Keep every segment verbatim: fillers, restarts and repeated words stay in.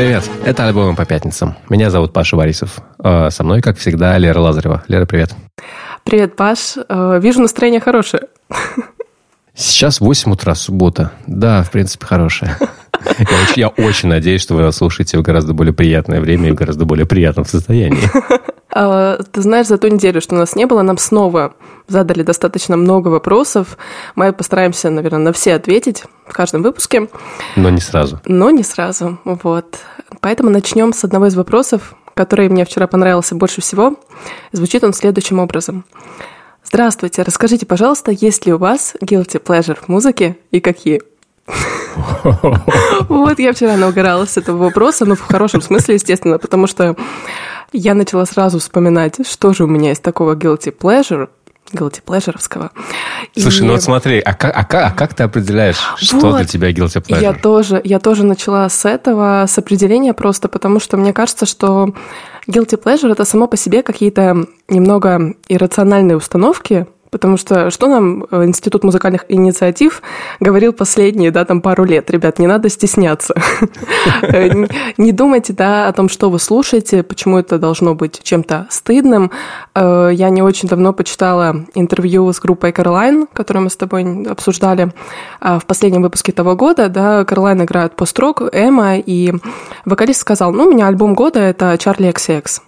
Привет, это «Альбомы по пятницам». Меня зовут Паша Борисов. Со мной, как всегда, Лера Лазарева. Лера, привет. Привет, Паш. Вижу, настроение хорошее. Сейчас восемь утра, суббота. Да, в принципе, хорошее. Я очень, я очень надеюсь, что вы нас слушаете в гораздо более приятное время и в гораздо более приятном состоянии. Ты знаешь, за ту неделю, что у нас не было, нам снова задали достаточно много вопросов. Мы постараемся, наверное, на все ответить в каждом выпуске. Но не сразу. Но не сразу, вот. Поэтому начнем с одного из вопросов, который мне вчера понравился больше всего. Звучит он следующим образом. Здравствуйте, расскажите, пожалуйста, есть ли у вас guilty pleasure в музыке и какие? Вот я вчера наугоралась с этого вопроса, но в хорошем смысле, естественно, потому что я начала сразу вспоминать, что же у меня из такого guilty pleasure, guilty pleasure'овского. Слушай, и... ну вот смотри, а как, а, как, а как ты определяешь, что вот, для тебя guilty pleasure? Я тоже, я тоже начала с этого, с определения просто, потому что мне кажется, что guilty pleasure — это само по себе какие-то немного иррациональные установки, потому что что нам Институт музыкальных инициатив говорил последние, да, там пару лет? Ребят, не надо стесняться. Не думайте, да, о том, что вы слушаете, почему это должно быть чем-то стыдным. Я не очень давно почитала интервью с группой Caroline, которую мы с тобой обсуждали в последнем выпуске того года. Да, Caroline играет пост-рок, эмо, и вокалист сказал, ну, у меня альбом года — это Charli икс си экс.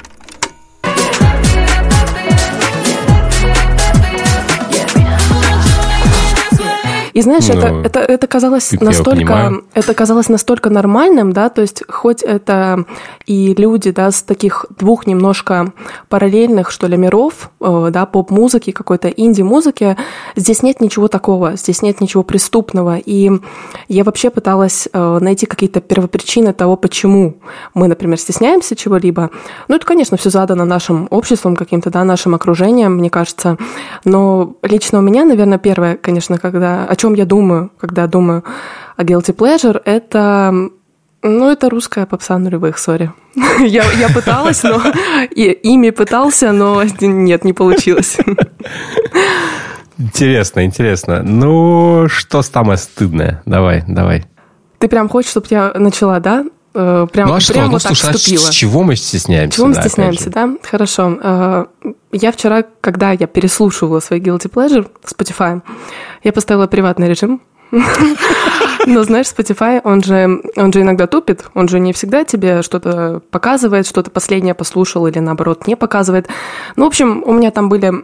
И знаешь, ну, это, это, это, казалось настолько, это казалось настолько нормальным, да, то есть хоть это и люди, да, с таких двух немножко параллельных, что ли, миров, да, поп-музыки, какой-то инди-музыки, здесь нет ничего такого, здесь нет ничего преступного. И я вообще пыталась найти какие-то первопричины того, почему мы, например, стесняемся чего-либо. Ну, это, конечно, все задано нашим обществом, каким-то, да, нашим окружением, мне кажется. Но лично у меня, наверное, первое, конечно, когда... О чем я думаю, когда думаю о guilty pleasure, это, ну, это русская попса нулевых, сори. я, я пыталась, но и, ими пытался, но нет, не получилось. Интересно, интересно. Ну, что самое стыдное? Давай, давай. Ты прям хочешь, чтобы я начала, да? Прям, ну, а что? прям ну, вот слушай, так вступила. А с чего мы стесняемся? Чего мы да, стесняемся, да? Хорошо. Я вчера, когда я переслушивала свой guilty pleasure в Spotify, я поставила приватный режим. Но знаешь, Spotify, он же, он же иногда тупит, он же не всегда тебе что-то показывает, что-то последнее послушал или, наоборот, не показывает. Ну, в общем, у меня там были...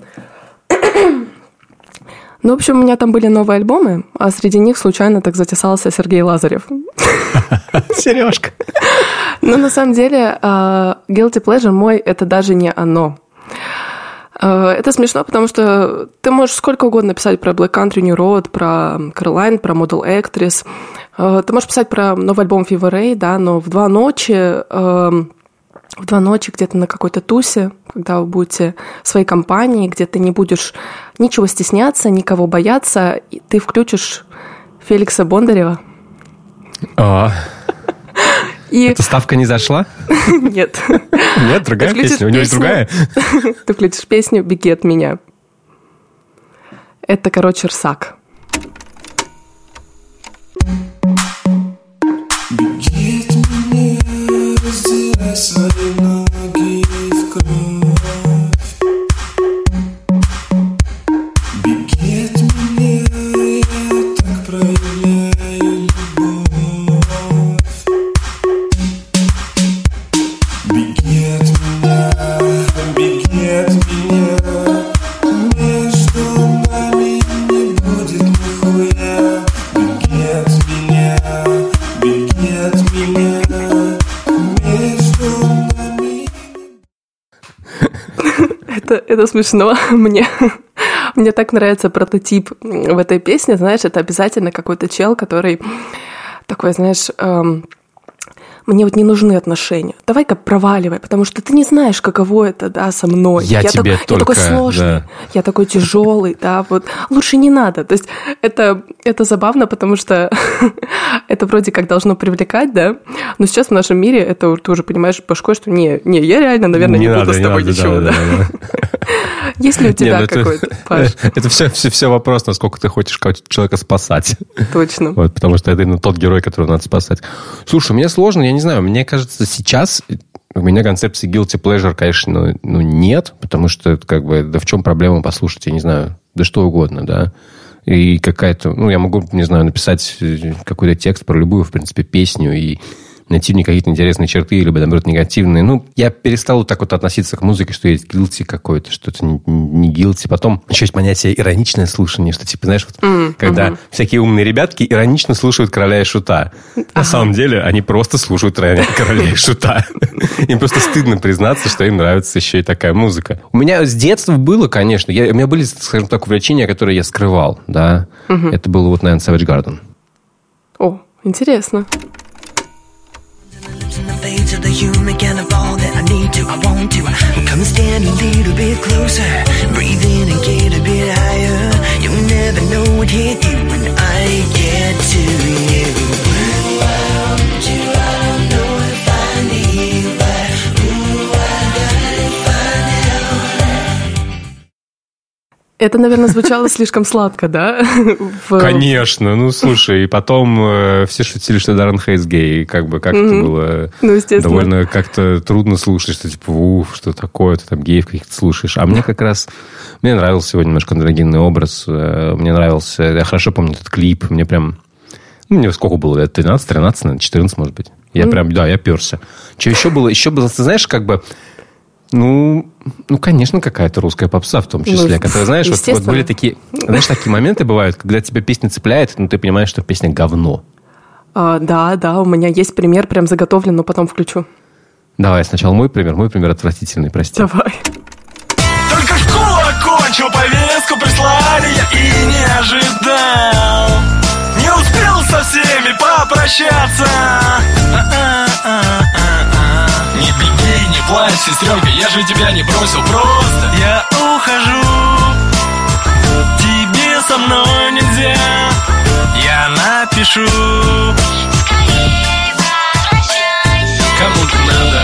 Ну, в общем, у меня там были новые альбомы, а среди них случайно так затесался Сергей Лазарев. Сережка. Но на самом деле guilty pleasure мой — это даже не оно. Это смешно, потому что ты можешь сколько угодно писать про Black Country New Road, про Caroline, про Model Actress. Ты можешь писать про новый альбом Fever Ray, да, но в два ночи... в два ночи где-то на какой-то тусе, когда вы будете в своей компании, где ты не будешь ничего стесняться, никого бояться, и ты включишь Феликса Бондарева. А, и... Эта ставка не зашла? Нет. Нет, другая песня? У него есть другая? Ты включишь песню «Беги от меня». Это, короче, Рсак. Беги от меня, раздевай свои ноги в кровь. Беги от меня, я так проявляю любовь. Беги от меня, беги от меня. Между нами не будет нихуя. Беги от меня, беги от меня. Это, это смешно мне. Мне так нравится прототип в этой песне. Знаешь, это обязательно какой-то чел, который такой, знаешь... Эм, мне вот не нужны отношения. Давай-ка проваливай, потому что ты не знаешь, каково это, да, со мной. Я, я тебе так, только... Я такой сложный, да. Я такой тяжелый, да, вот. Лучше не надо. То есть это, это забавно, потому что это вроде как должно привлекать, да, но сейчас в нашем мире это ты уже понимаешь башкой, что не, не, я реально, наверное, не, не буду надо, с тобой не ничего, надо, да. да, да, да. Есть ли у тебя какой-то, Паш? Это все, все, все вопрос, насколько ты хочешь человека спасать. Точно. Вот, потому что это именно тот герой, которого надо спасать. Слушай, мне сложно, я не знаю, мне кажется, сейчас у меня концепции guilty pleasure, конечно, ну, ну нет, потому что, как бы, да в чем проблема послушать, я не знаю, да что угодно, да. И какая-то, ну, я могу, не знаю, написать какой-то текст про любую, в принципе, песню и найти в ней какие-то интересные черты, либо, наоборот, негативные. Ну, я перестал вот так вот относиться к музыке, что есть guilty какой-то, что-то не, не guilty. Потом еще есть понятие ироничное слушание, что, типа, знаешь, вот, mm-hmm. когда всякие умные ребятки иронично слушают Короля и Шута. На ага. самом деле, они просто слушают Короля и Шута. Им просто стыдно признаться, что им нравится еще и такая музыка. У меня с детства было, конечно, я, у меня были, скажем так, увлечения, которые я скрывал, да. Mm-hmm. Это было вот, наверное, Savage Garden. О, интересно. The fades of the human kind of all that I need to, I want to come and stand a little bit closer, breathe in and get a bit higher. You'll never know what hit you when I get to you. Ooh, I want you, I don't know if I need, but ooh, I gotta find out. Это, наверное, звучало слишком сладко, да? В... Конечно. Ну, слушай, и потом э, все шутили, что Даррен Хейс гей. И как бы как mm-hmm. это было ну, довольно как-то трудно слушать, что типа, уф, что такое, ты там геев каких-то слушаешь. А мне как раз... Мне нравился его немножко андрогинный образ. Мне нравился... Я хорошо помню этот клип. Мне прям... Ну, мне сколько было? Лет тринадцать, тринадцать, наверное, четырнадцать, может быть. Я mm-hmm. прям... Да, я перся. Что еще было? Еще было, ты знаешь, как бы... Ну, ну, конечно, какая-то русская попса в том числе, ну, которая, знаешь, вот, вот были такие, знаешь, такие моменты бывают, когда тебя песня цепляет, но ты понимаешь, что песня говно. А, да, да, у меня есть пример, прям заготовлен, но потом включу. Давай, сначала мой пример, мой пример отвратительный, прости. Давай. Только школу окончил, повестку прислали, я и не ожидал. Не успел со всеми попрощаться. Не беги, не плачь, сестренка, я же тебя не бросил, просто я ухожу. Тебе со мной нельзя, я напишу. Скорее возвращайся. Кому-то надо,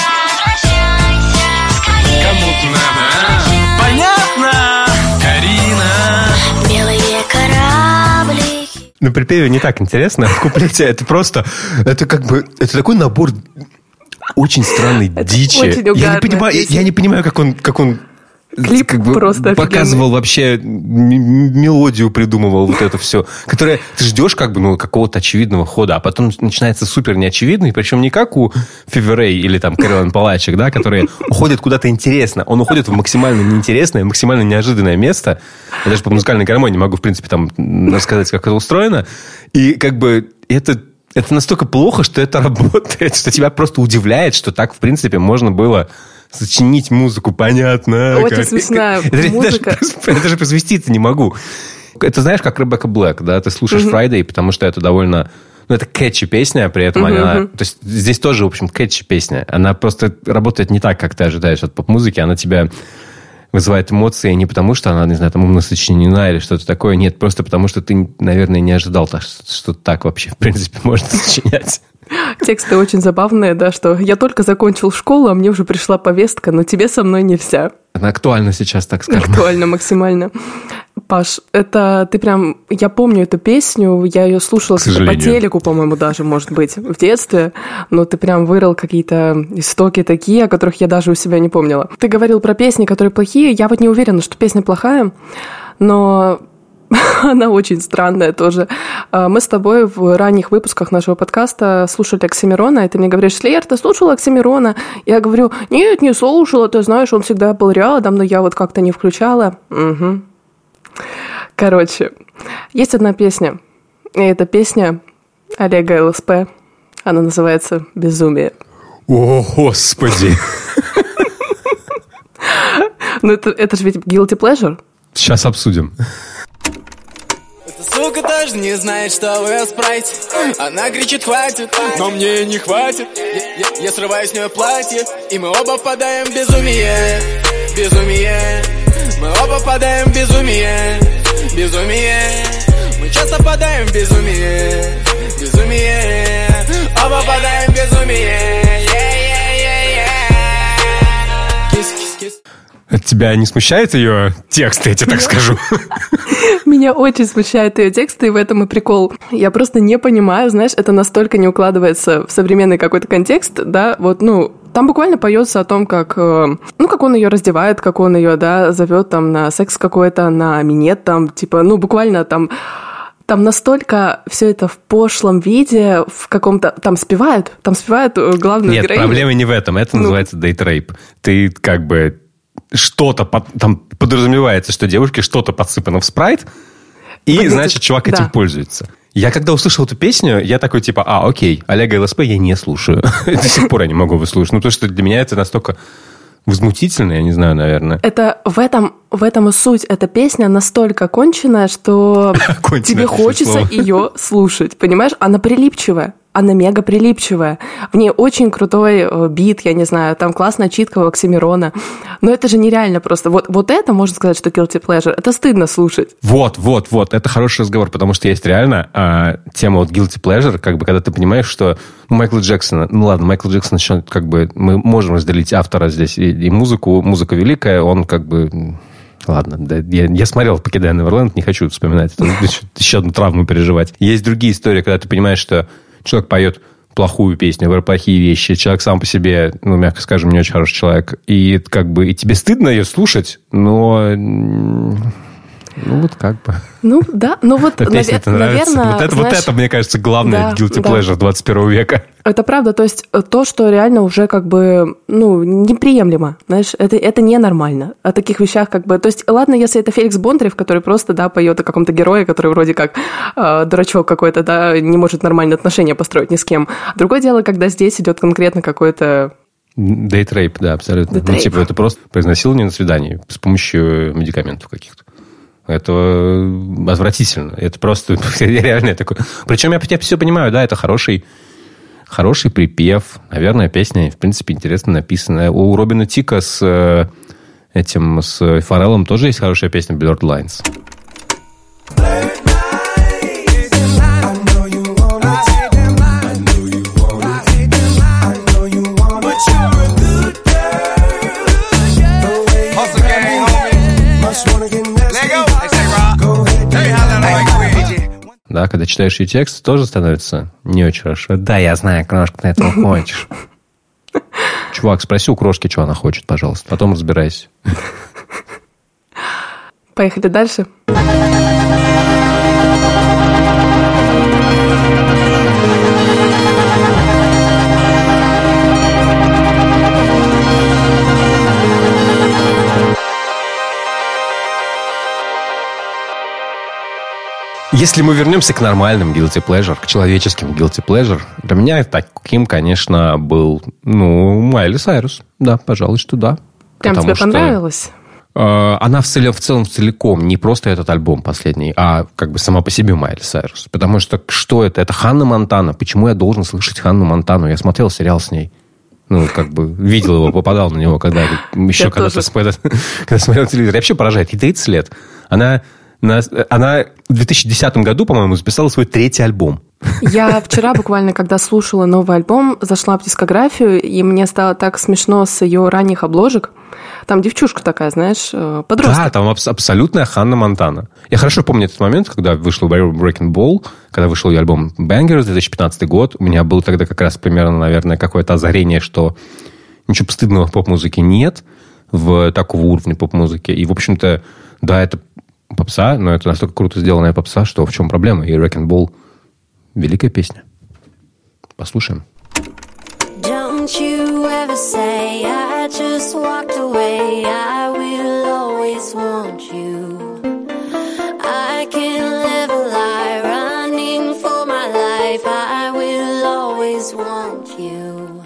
кому-то надо. Понятно, Карина. Белые корабли. На припеве не так интересно, в куплете это просто, это как бы, это такой набор... Очень странной дичи. Очень я, не понимаю, я, я не понимаю, как он, как он клип как бы просто показывал офигенный. Вообще, м- мелодию придумывал, вот это все. Которое ты ждешь как бы, ну, какого-то очевидного хода, а потом начинается супер неочевидный, причем не как у Фиверей или там Кэролайн Палачек, да, которые уходят куда-то интересно. Он уходит в максимально неинтересное, максимально неожиданное место. Я даже по музыкальной гармонии могу, в принципе, там рассказать, как это устроено. И как бы это... Это настолько плохо, что это работает, что тебя просто удивляет, что так, в принципе, можно было сочинить музыку, понятно. Очень как... смешная это, музыка. Я даже произвести-то не могу. Это знаешь, как Ребекка Блэк, да? Ты слушаешь mm-hmm. Friday, потому что это довольно... Ну, это кэтчи песня, при этом mm-hmm. она... То есть здесь тоже, в общем, кэтчи песня. Она просто работает не так, как ты ожидаешь от поп-музыки. Она тебя... вызывает эмоции не потому, что она, не знаю, там умно сочинена или что-то такое. Нет, просто потому, что ты, наверное, не ожидал, что так вообще, в принципе, можно сочинять. Тексты очень забавные, да, что я только закончил школу, а мне уже пришла повестка, но тебе со мной нельзя. Она актуальна сейчас, так скажем. Актуально максимально. Паш, это ты прям... Я помню эту песню, я ее слушала по телеку, по-моему, даже, может быть, в детстве, но ты прям вырыл какие-то истоки такие, о которых я даже у себя не помнила. Ты говорил про песни, которые плохие. Я вот не уверена, что песня плохая, но... Она очень странная тоже. Мы с тобой в ранних выпусках нашего подкаста слушали Оксимирона, и ты мне говоришь: Слеер, ты слушала Оксимирона? Я говорю: нет, не слушала, ты знаешь, он всегда был рядом, но я вот как-то не включала. Угу. Короче, есть одна песня, и это песня Олега ЛСП. Она называется «Безумие». О, Господи! Ну это же ведь guilty pleasure. Сейчас обсудим. Сука даже не знает, что вы спрайте. Она кричит: хватит, но мне не хватит. Я, я, я срываю с нее платье, и мы оба впадаем в безумие. Безумие. Мы оба впадаем в безумие. Безумие. Мы часто впадаем в безумие. Безумие. Оба впадаем в безумие. Yeah, yeah, yeah, yeah. Кис, кис, кис. Тебя не смущает ее текст, я тебе так скажу? Меня очень смущает ее тексты, и в этом и прикол. Я просто не понимаю, знаешь, это настолько не укладывается в современный какой-то контекст, да, вот, ну, там буквально поется о том, как, ну, как он ее раздевает, как он ее, да, зовет там на секс какой-то, на минет там, типа, ну, буквально там... Там настолько все это в пошлом виде, в каком-то... Там спевают, там спевают главную Нет, героиню. Нет, проблема не в этом, это ну... называется дейт-рейп. Ты как бы... Что-то под, там подразумевается, что девушке что-то подсыпано в спрайт, и, Поднятый, значит, чувак да. этим пользуется. Я когда услышал эту песню, я такой типа, а, окей, Олега ЛСП я не слушаю. До сих пор я не могу его слушать. Ну, потому что для меня это настолько возмутительно, я не знаю, наверное. Это в этом, в этом и суть. Эта песня настолько конченая, что тебе хочется ее слушать. Понимаешь? Она прилипчивая. Она мега прилипчивая. В ней очень крутой бит, я не знаю, там классная читка у Оксимирона. Но это же нереально просто. Вот, вот это, можно сказать, что guilty pleasure. Это стыдно слушать. Вот, вот, вот. Это хороший разговор, потому что есть реально а, тема вот guilty pleasure, как бы, когда ты понимаешь, что ну, Майкла Джексона, ну ладно, Майкл Джексон еще как бы, мы можем разделить автора здесь и, и музыку. Музыка великая, он как бы... Ладно, да, я, я смотрел «Покидая Неверленд», не хочу вспоминать. Это еще, еще одну травму переживать. Есть другие истории, когда ты понимаешь, что человек поет плохую песню, говорит плохие вещи, человек сам по себе, ну, мягко скажем, не очень хороший человек, и как бы и тебе стыдно ее слушать, но... Ну, вот как бы. Ну, да. Ну, вот, навер- наверное... Вот это, знаешь, вот это, мне кажется, главное да, guilty pleasure да. двадцать первого века. Это правда. То есть, то, что реально уже как бы, ну, неприемлемо. Знаешь, это, это ненормально. О таких вещах как бы... То есть, ладно, если это Феликс Бондарев, который просто, да, поет о каком-то герое, который вроде как э, дурачок какой-то, да, не может нормальные отношения построить ни с кем. Другое дело, когда здесь идет конкретно какой-то... Дейт-рейп, да, абсолютно. Дейт-рейп. Ну, типа, это просто изнасилование на свидании с помощью медикаментов каких-то. Это отвратительно. Это просто реально такое. Причем я, я все понимаю, да, это хороший, хороший припев. Наверное, песня, в принципе, интересно написана. У Робина Тика с этим, с Фарреллом тоже есть хорошая песня Blurred Lines. Да, когда читаешь ее текст, тоже становится не очень хорошо. Да, я знаю, Крошка, ты этого хочешь. Чувак, спроси у Крошки, что она хочет, пожалуйста. Потом разбирайся. Поехали дальше. Если мы вернемся к нормальным guilty pleasure, к человеческим guilty pleasure, для меня таким, конечно, был, ну, Майли Сайрус. Да, пожалуй, что да. Прям тебе что, понравилось? Э, она в целом, в целом целиком, не просто этот альбом последний, а как бы сама по себе Майли Сайрус. Потому что что это? Это Ханна Монтана. Почему я должен слышать Ханну Монтану? Я смотрел сериал с ней. Ну, как бы видел его, попадал на него, когда еще когда-то когда смотрел телевизор. Я вообще поражает. Ей тридцать лет. Она... Она в две тысячи десятом году, по-моему, записала свой третий альбом. Я вчера буквально, когда слушала новый альбом, зашла в дискографию, и мне стало так смешно с ее ранних обложек. Там девчушка такая, знаешь, подросток. Да, там аб- абсолютная Ханна Монтана. Я хорошо помню этот момент, когда вышел Breaking Ball, когда вышел ее альбом Bangers, две тысячи пятнадцатый год. У меня было тогда как раз примерно, наверное, какое-то озарение, что ничего постыдного в поп-музыке нет, в такого уровня поп-музыки. И, в общем-то, да, это попса, но это настолько круто сделанная попса, что в чем проблема? И Wrecking Ball — великая песня. Послушаем. Don't you ever say I just walked away. I will always want you. I can't live a lie running for my life. I will always want you.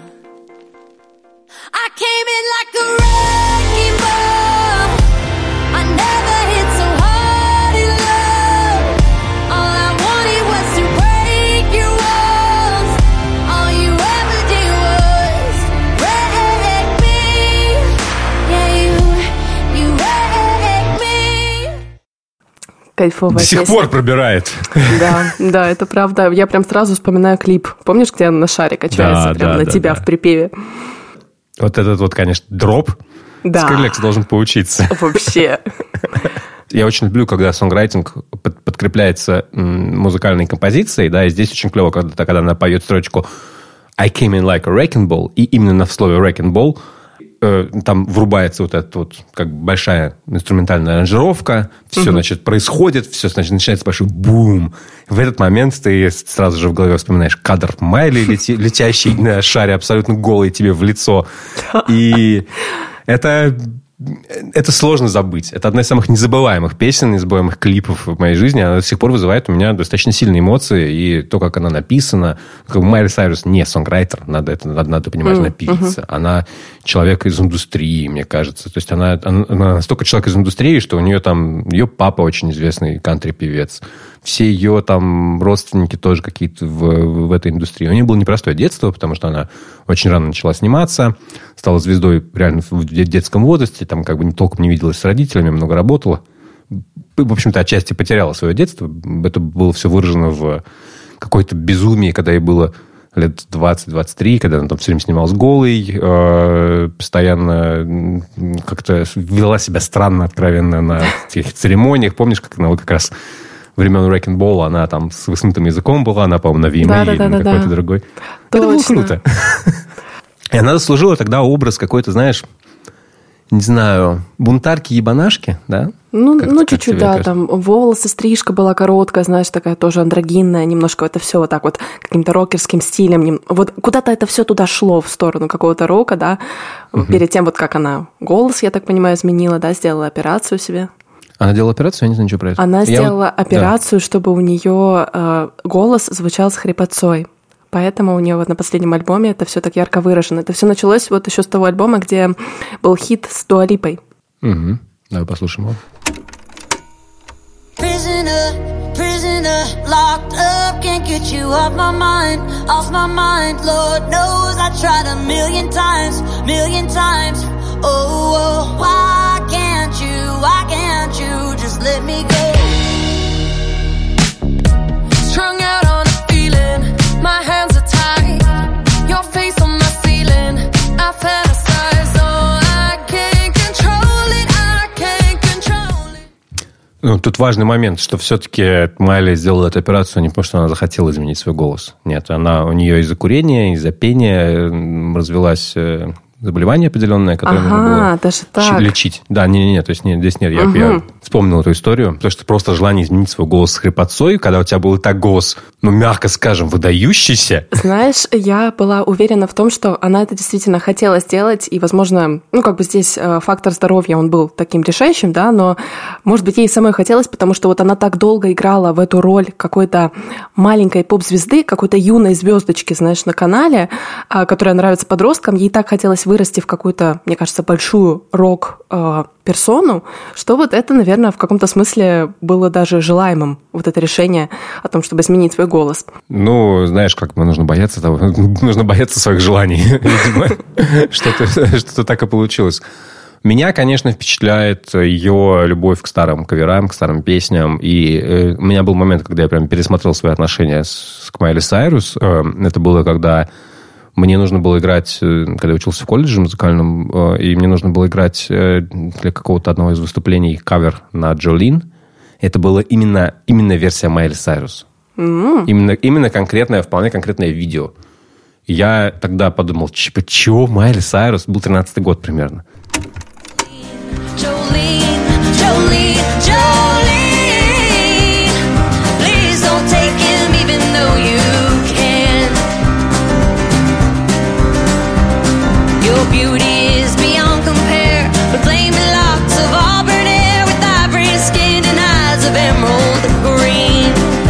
I came in like a wrecking ball. I never hit so hard in love. All I wanted was to break your walls. All you ever did was wreck me. Yeah, you, you wreck me. Кайфовая песня. До сих пор пробирает. Да, да, это правда. Я прям сразу вспоминаю клип. Помнишь, где она на шаре качается? Да, прям да, на да, тебя да. в припеве. Вот этот вот, конечно, дроп. Да. Скрилекс должен поучиться. Вообще. Я очень люблю, когда сонграйтинг подкрепляется музыкальной композицией, да, и здесь очень клево, когда, когда она поет строчку I came in like a wrecking ball, и именно в слове wrecking ball э, там врубается вот эта вот как бы большая инструментальная аранжировка, все, uh-huh. значит, происходит, все, значит, начинается большой бум. В этот момент ты сразу же в голове вспоминаешь кадр Майли, лети, летящий на шаре абсолютно голый тебе в лицо. И это... Это сложно забыть. Это одна из самых незабываемых песен, незабываемых клипов в моей жизни. Она до сих пор вызывает у меня достаточно сильные эмоции. И то, как она написана... Как Майли Сайрус не сонграйтер, надо, это, надо, надо понимать, она певица. Mm-hmm. Она человек из индустрии, мне кажется. То есть она, она, она настолько человек из индустрии, что у нее там... Ее папа очень известный кантри-певец. Все ее там родственники тоже какие-то в, в этой индустрии. У нее было непростое детство, потому что она очень рано начала сниматься, стала звездой реально в детском возрасте, там как бы толком не виделась с родителями, много работала. В общем-то, отчасти потеряла свое детство. Это было все выражено в какой-то безумии, когда ей было лет двадцать-двадцать три, когда она там все время снималась голой, э, постоянно как-то вела себя странно, откровенно на этих церемониях. Помнишь, как она вот как раз... времен Wrecking Ball, она там с высунутым языком была, она, по-моему, на ви эм эй да, или да, на да, какой-то да. другой. Точно. Это было круто. И она заслужила тогда образ какой-то, знаешь, не знаю, бунтарки-ебанашки, да? Ну, как, ну как чуть-чуть, да, кажется? Там волосы, стрижка была короткая, знаешь, такая тоже андрогинная, немножко это все вот так вот каким-то рокерским стилем. Вот куда-то это все туда шло в сторону какого-то рока, да? Угу. Перед тем, вот как она голос, я так понимаю, изменила, да, сделала операцию себе. Она делала операцию? Я не знаю ничего про это. Она я сделала вот... операцию, да. чтобы у нее э, голос звучал с хрипотцой. Поэтому у нее вот на последнем альбоме это все так ярко выражено. Это все началось вот еще с того альбома, где был хит с Дуа Липой. Угу. Давай послушаем его. Prisoner, prisoner, locked up, can't get you off my mind, off my mind. Lord knows I tried a million times, million times. Oh, oh, why can't you, why can't you just let me go? Strung out on a feeling, my hands are tied, your face on my ceiling, I fantasize, oh, I can't control it, I can't control it. Ну, тут важный момент, что все-таки Майли сделала эту операцию не потому, что она захотела изменить свой голос. Нет, она, у нее из-за курения, из-за пения развелась... заболевание определенное, которое ага, нужно было даже так. лечить. Да, не-не-не, то есть нет, здесь нет. Я, угу. я вспомнил эту историю, потому что просто желание изменить свой голос с хрипотцой, когда у тебя был и так голос, ну, мягко скажем, выдающийся. Знаешь, я была уверена в том, что она это действительно хотела сделать, и, возможно, ну, как бы здесь фактор здоровья, он был таким решающим, да, но, может быть, ей самой хотелось, потому что вот она так долго играла в эту роль какой-то маленькой поп-звезды, какой-то юной звездочки, знаешь, на канале, которая нравится подросткам, ей так хотелось вырасти в какую-то, мне кажется, большую рок-персону, что вот это, наверное, в каком-то смысле было даже желаемым, вот это решение о том, чтобы изменить свой голос. Ну, знаешь, как нужно бояться того, нужно бояться своих желаний, видимо, что-то так и получилось. Меня, конечно, впечатляет ее любовь к старым каверам, к старым песням. И э, у меня был момент, когда я прям пересмотрел свои отношения с, к Майли Сайрус. Э, это было, когда мне нужно было играть, когда я учился в колледже музыкальном, э, и мне нужно было играть э, для какого-то одного из выступлений кавер на Джолин. Это была именно, именно версия Майли Сайрус. Mm-hmm. Именно, именно конкретное, вполне конкретное видео. И я тогда подумал, типа, чего Майли Сайрус? Был тринадцатый год примерно. Jolene, Jolene, Jolene, please don't take him even though you can. Your beauty is beyond compare, with flaming locks of auburn hair, with ivory skin and eyes of emerald green.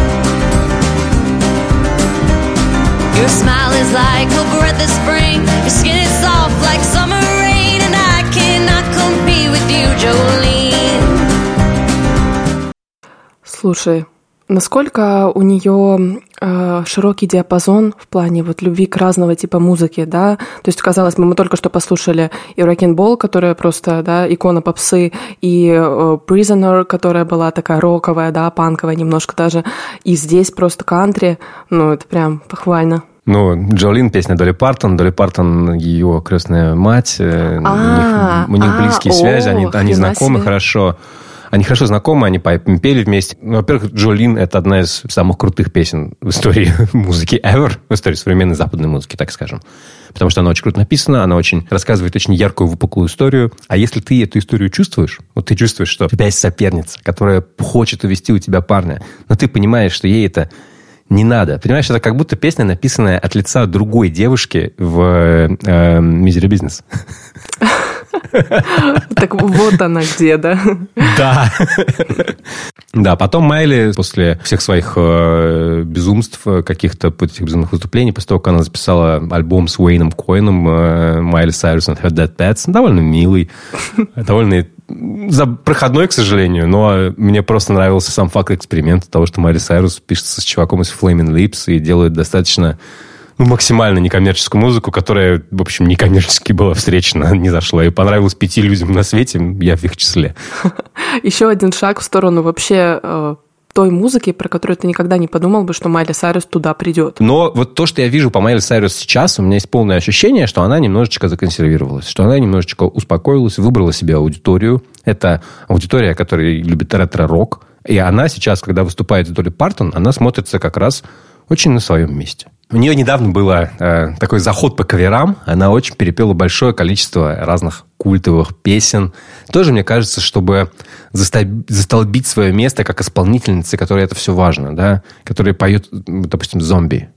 Your smile is like a breath of spring, your skin is soft like summer rain, and I cannot compete with you, Jolene. Слушай, насколько у нее э, широкий диапазон в плане вот любви к разного типа музыки, да? То есть, казалось бы, мы только что послушали и Wrecking Ball, которая просто, да, икона попсы, и э, Prisoner, которая была такая роковая, да, панковая немножко даже, и здесь просто кантри, ну, это прям похвально. Ну, Джолин, песня Долли Партон. Долли Партон, ее крестная мать. А, у них, у них близкие а, связи, они, они знакомы себе. хорошо. Они хорошо знакомы, они пели вместе. Ну, во-первых, Джолин – это одна из самых крутых песен в истории музыки ever, в истории современной западной музыки, так скажем. Потому что она очень круто написана, она очень рассказывает очень яркую, выпуклую историю. А если ты эту историю чувствуешь, вот ты чувствуешь, что у тебя есть соперница, которая хочет увести у тебя парня, но ты понимаешь, что ей это не надо. Понимаешь, это как будто песня, написанная от лица другой девушки в э, Misery Business. Так вот она где, да? Да. Да, потом Майли после всех своих э, безумств, каких-то этих безумных выступлений, после того, как она записала альбом с Уэйном Койном, э, Майли Сайрус and Her Dead Pets, довольно милый, довольно за проходной, к сожалению, но мне просто нравился сам факт эксперимента того, что Майли Сайрус пишется с чуваком из Flaming Lips и делает достаточно... Ну, максимально некоммерческую музыку, которая, в общем, некоммерчески была встречена, не зашла. И понравилась пяти людям на свете, я в их числе. Еще один шаг в сторону вообще э, той музыки, про которую ты никогда не подумал бы, что Майли Сайрус туда придет. Но вот то, что я вижу по Майли Сайрус сейчас, у меня есть полное ощущение, что она немножечко законсервировалась, что она немножечко успокоилась, выбрала себе аудиторию. Это аудитория, которая любит ретро-рок. И она сейчас, когда выступает с Долли Партон, она смотрится как раз очень на своем месте. У нее недавно был э, такой заход по каверам. Она очень перепела большое количество разных культовых песен. Тоже, мне кажется, чтобы застолбить свое место как исполнительницы, которой это все важно, да? Которая поет, допустим, «Зомби».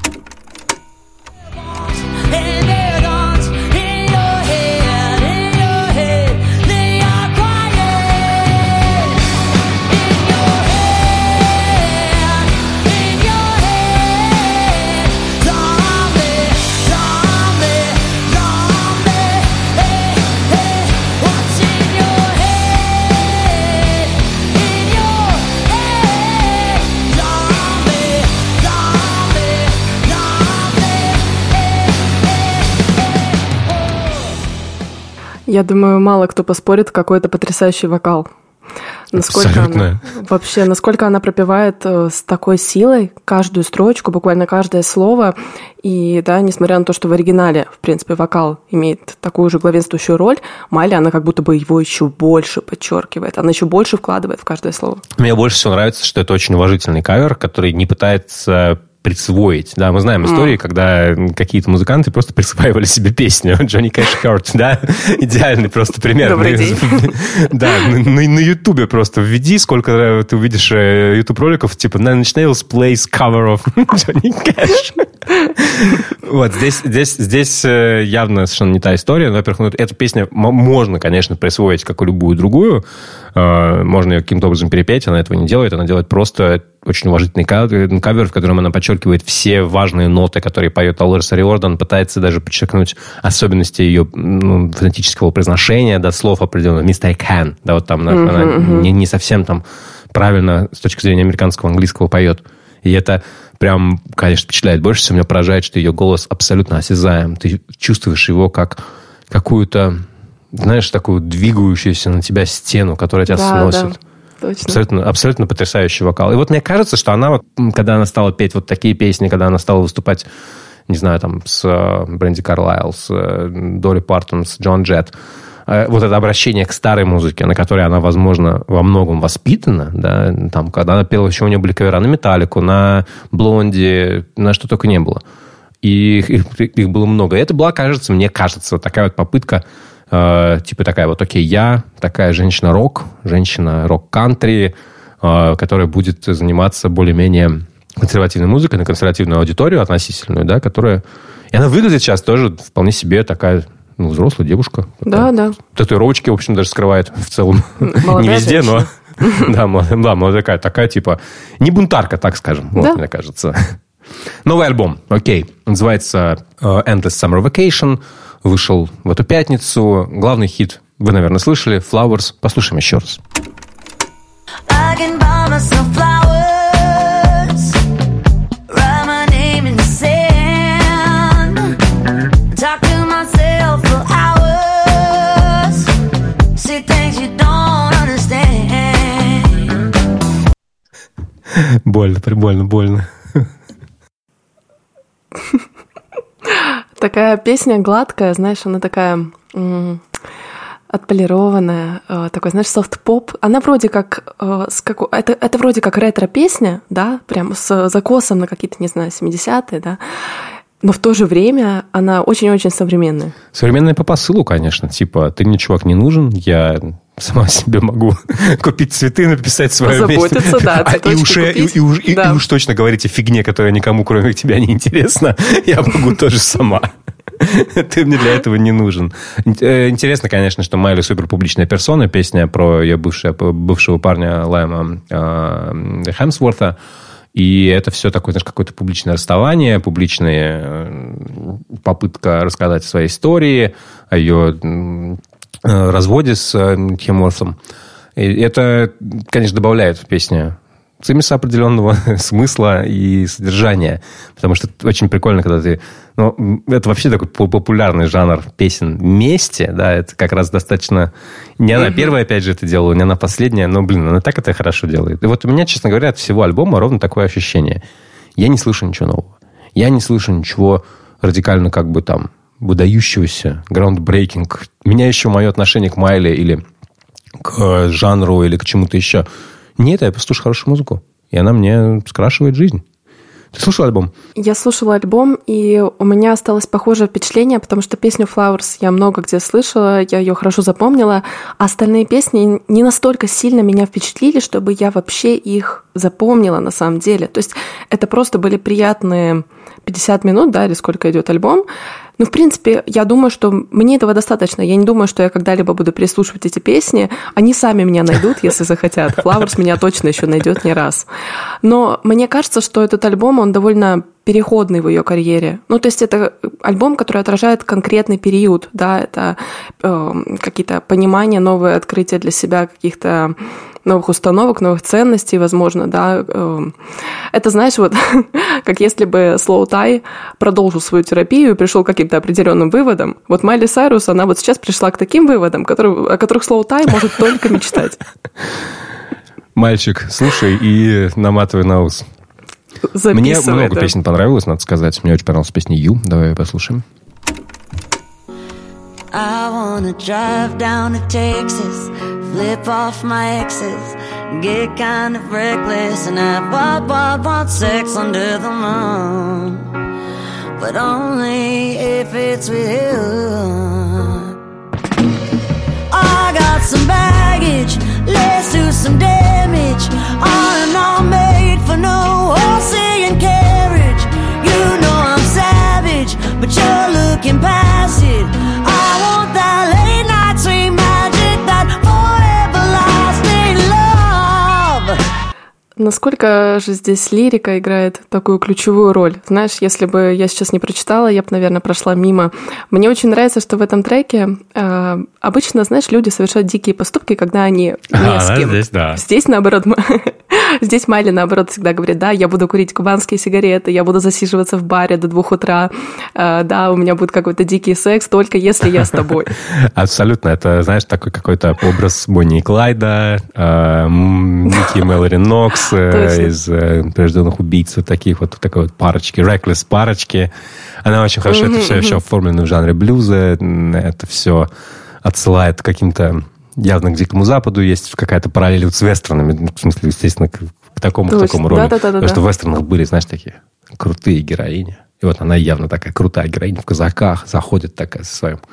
Я думаю, мало кто поспорит, какой это потрясающий вокал. Насколько Абсолютно. Она, вообще, насколько она пропевает с такой силой каждую строчку, буквально каждое слово. И, да, несмотря на то, что в оригинале, в принципе, вокал имеет такую же главенствующую роль, Майли, она как будто бы его еще больше подчеркивает. Она еще больше вкладывает в каждое слово. Мне больше всего нравится, что это очень уважительный кавер, который не пытается присвоить. Да, мы знаем истории, mm. когда какие-то музыканты просто присваивали себе песню. Джонни Кэш Hurt, да? Идеальный просто пример. Добрый день. Да, на Ютубе просто введи, сколько ты увидишь ютуб-роликов, типа Nine Inch Nails plays cover of Johnny Cash. Вот, здесь, здесь, здесь явно совершенно не та история. Во-первых, ну, эту песню можно, конечно, присвоить, как и любую другую. Можно ее каким-то образом перепеть, она этого не делает. Она делает просто очень уважительный кавер, в котором она подчеркивает все важные ноты, которые поет Алорис Риордан, пытается даже подчеркнуть особенности ее ну, фонетического произношения, до слов определенных. Miss I Can. Да, вот там mm-hmm, она mm-hmm. Не, не совсем там правильно с точки зрения американского английского поет. И это прям, конечно, впечатляет. Больше всего меня поражает, что ее голос абсолютно осязаем. Ты чувствуешь его как какую-то, знаешь, такую двигающуюся на тебя стену, которая тебя да, сносит. Да. Точно. Абсолютно, абсолютно потрясающий вокал. И вот мне кажется, что она, вот, когда она стала петь вот такие песни, когда она стала выступать, не знаю, там, с Бренди Карлайл, с Долли Партон, с Джон Джетт, вот это обращение к старой музыке, на которой она, возможно, во многом воспитана, да, там, когда она пела, еще у нее были кавера на Металлику, на Блонди, на что только не было. И их, их, их было много. И это была, кажется, мне кажется, такая вот попытка Uh, типа такая вот, окей, я такая женщина-рок, женщина-рок-кантри, uh, которая будет заниматься более-менее консервативной музыкой на консервативную аудиторию относительную, да, которая... И она выглядит сейчас тоже вполне себе такая, ну, взрослая девушка. Да, такая. Да. Татуировочки, в общем, даже скрывает в целом. Не везде, но... Да, молодая такая, такая, типа... Не бунтарка, так скажем, вот, мне кажется. Новый альбом, окей, называется Endless Summer Vacation. Вышел в эту пятницу. Главный хит, вы, наверное, слышали, Flowers. Послушаем еще раз. Больно, прибольно, больно. такая песня гладкая, знаешь, она такая м- отполированная, э, такой, знаешь, софт-поп. Она вроде как, э, с како... это, это вроде как ретро-песня, да, прям с закосом на какие-то, не знаю, семидесятые, да, но в то же время она очень-очень современная. Современная по посылу, конечно. Типа, ты мне, чувак, не нужен, я сама себе могу купить цветы, написать свою песню. Позаботиться, да, и, уж, и, и, уж, да. и уж точно говорить о фигне, которая никому, кроме тебя, не интересна. Я могу тоже сама. Ты мне для этого не нужен. Интересно, конечно, что Майли супер публичная персона. Песня про ее бывшего, бывшего парня Лайма э, Хемсворта. И это все такое, знаешь, какое-то публичное расставание, публичная попытка рассказать о своей истории, о ее разводе с Хемсвортом. И это, конечно, добавляет в песню цимиса определенного смысла и содержания. Потому что это очень прикольно, когда ты... Ну, это вообще такой популярный жанр песен вместе, да, это как раз достаточно... Не она первая, опять же, это делала, не она последняя, но, блин, она так это хорошо делает. И вот у меня, честно говоря, от всего альбома ровно такое ощущение. Я не слышу ничего нового. Я не слышу ничего радикально как бы там выдающегося, groundbreaking, меняющего мое отношение к Майли или к жанру, или к чему-то еще. Нет, я просто слушаю хорошую музыку. И она мне скрашивает жизнь. Ты слушала альбом? Я слушала альбом, и у меня осталось похожее впечатление, потому что песню Flowers я много где слышала, я ее хорошо запомнила. А остальные песни не настолько сильно меня впечатлили, чтобы я вообще их запомнила на самом деле. То есть это просто были приятные пятьдесят минут, да, или сколько идет альбом. Ну, в принципе, я думаю, что мне этого достаточно. Я не думаю, что я когда-либо буду переслушивать эти песни. Они сами меня найдут, если захотят. Flowers меня точно еще найдет не раз. Но мне кажется, что этот альбом, он довольно переходный в ее карьере. Ну, то есть это альбом, который отражает конкретный период, да, это э, какие-то понимания, новые открытия для себя, каких-то новых установок, новых ценностей, возможно, да. Это, знаешь, вот как если бы Slow Tie продолжил свою терапию и пришел к каким-то определенным выводам. Вот Майли Сайрус, она вот сейчас пришла к таким выводам, которые, о которых Slow Tie может только мечтать. Мальчик, слушай и наматывай на ус. Записывай, Мне много да. песен понравилось, надо сказать. Мне очень понравилась песня «You». Давай послушаем. I wanna drive down to Texas, flip off my exes, get kind of reckless, and have wild, wild, wild sex under the moon. But only if it's with you. I got some baggage, let's do some damage. I'm not made for no horsey and carriage. You know I'm savage, but you're looking past it. I want that late night sweet magic, that forever lasting love. Насколько же здесь лирика играет такую ключевую роль? Знаешь, если бы я сейчас не прочитала, я бы, наверное, прошла мимо. Мне очень нравится, что в этом треке э, обычно, знаешь, люди совершают дикие поступки, когда они не а, с кем. Здесь, да. Здесь, наоборот, здесь Майли, наоборот, всегда говорит, да, я буду курить кубанские сигареты, я буду засиживаться в баре до двух утра, э, да, у меня будет какой-то дикий секс, только если я с тобой. Абсолютно. Это, знаешь, такой какой-то образ Бонни и Клайда, Микки и Мэлори Нокс, из «Прирожденных убийц», вот таких вот, такой вот парочки, reckless парочки. Она очень хорошо, это все еще оформлено в жанре блюза, это все отсылает к каким-то явно к Дикому Западу, есть какая-то параллель вот с вестернами, в смысле, естественно, к, к такому, к такому роли. Да, да, да, Потому да. что в вестернах были, знаешь, такие крутые героини. И вот она явно такая крутая героиня в казаках, заходит такая со своим,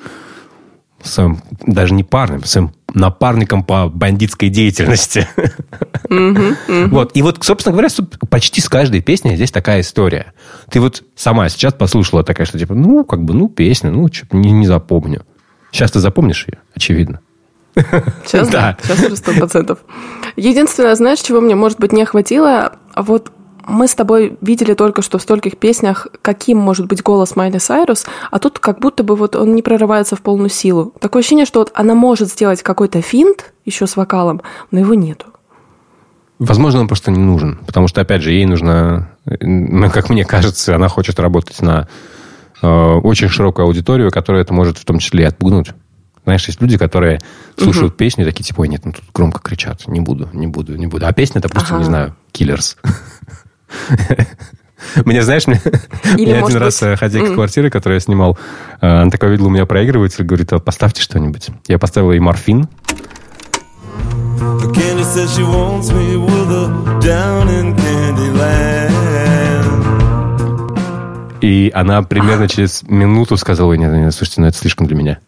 своим даже не парнем, своим напарником по бандитской деятельности. Mm-hmm, mm-hmm. Вот. И вот, собственно говоря, почти с каждой песней здесь такая история. Ты вот сама сейчас послушала такая, что типа, ну, как бы, ну, песня, ну, что-то не, не запомню. Сейчас ты запомнишь ее, очевидно. Сейчас, да. Сейчас уже сто процентов. Единственное, знаешь, чего мне, может быть, не хватило, вот мы с тобой видели только что в стольких песнях, каким может быть голос Майли Сайрус, а тут как будто бы вот он не прорывается в полную силу. Такое ощущение, что вот она может сделать какой-то финт еще с вокалом, но его нету. Возможно, он просто не нужен, потому что, опять же, ей нужно, ну, как мне кажется, она хочет работать на э, очень широкую аудиторию, которая это может в том числе и отпугнуть. Знаешь, есть люди, которые слушают uh-huh. песню и такие, типа, ой, нет, ну тут громко кричат, не буду, не буду, не буду. А песня это просто, ага. не знаю, Killers. Мне, знаешь, мне, мне один раз хозяйка квартиры, которую я снимал, она такая видела у меня проигрыватель, говорит, поставьте что-нибудь. Я поставил ей морфин. И она примерно через минуту сказала, нет, нет, слушайте, ну это слишком для меня.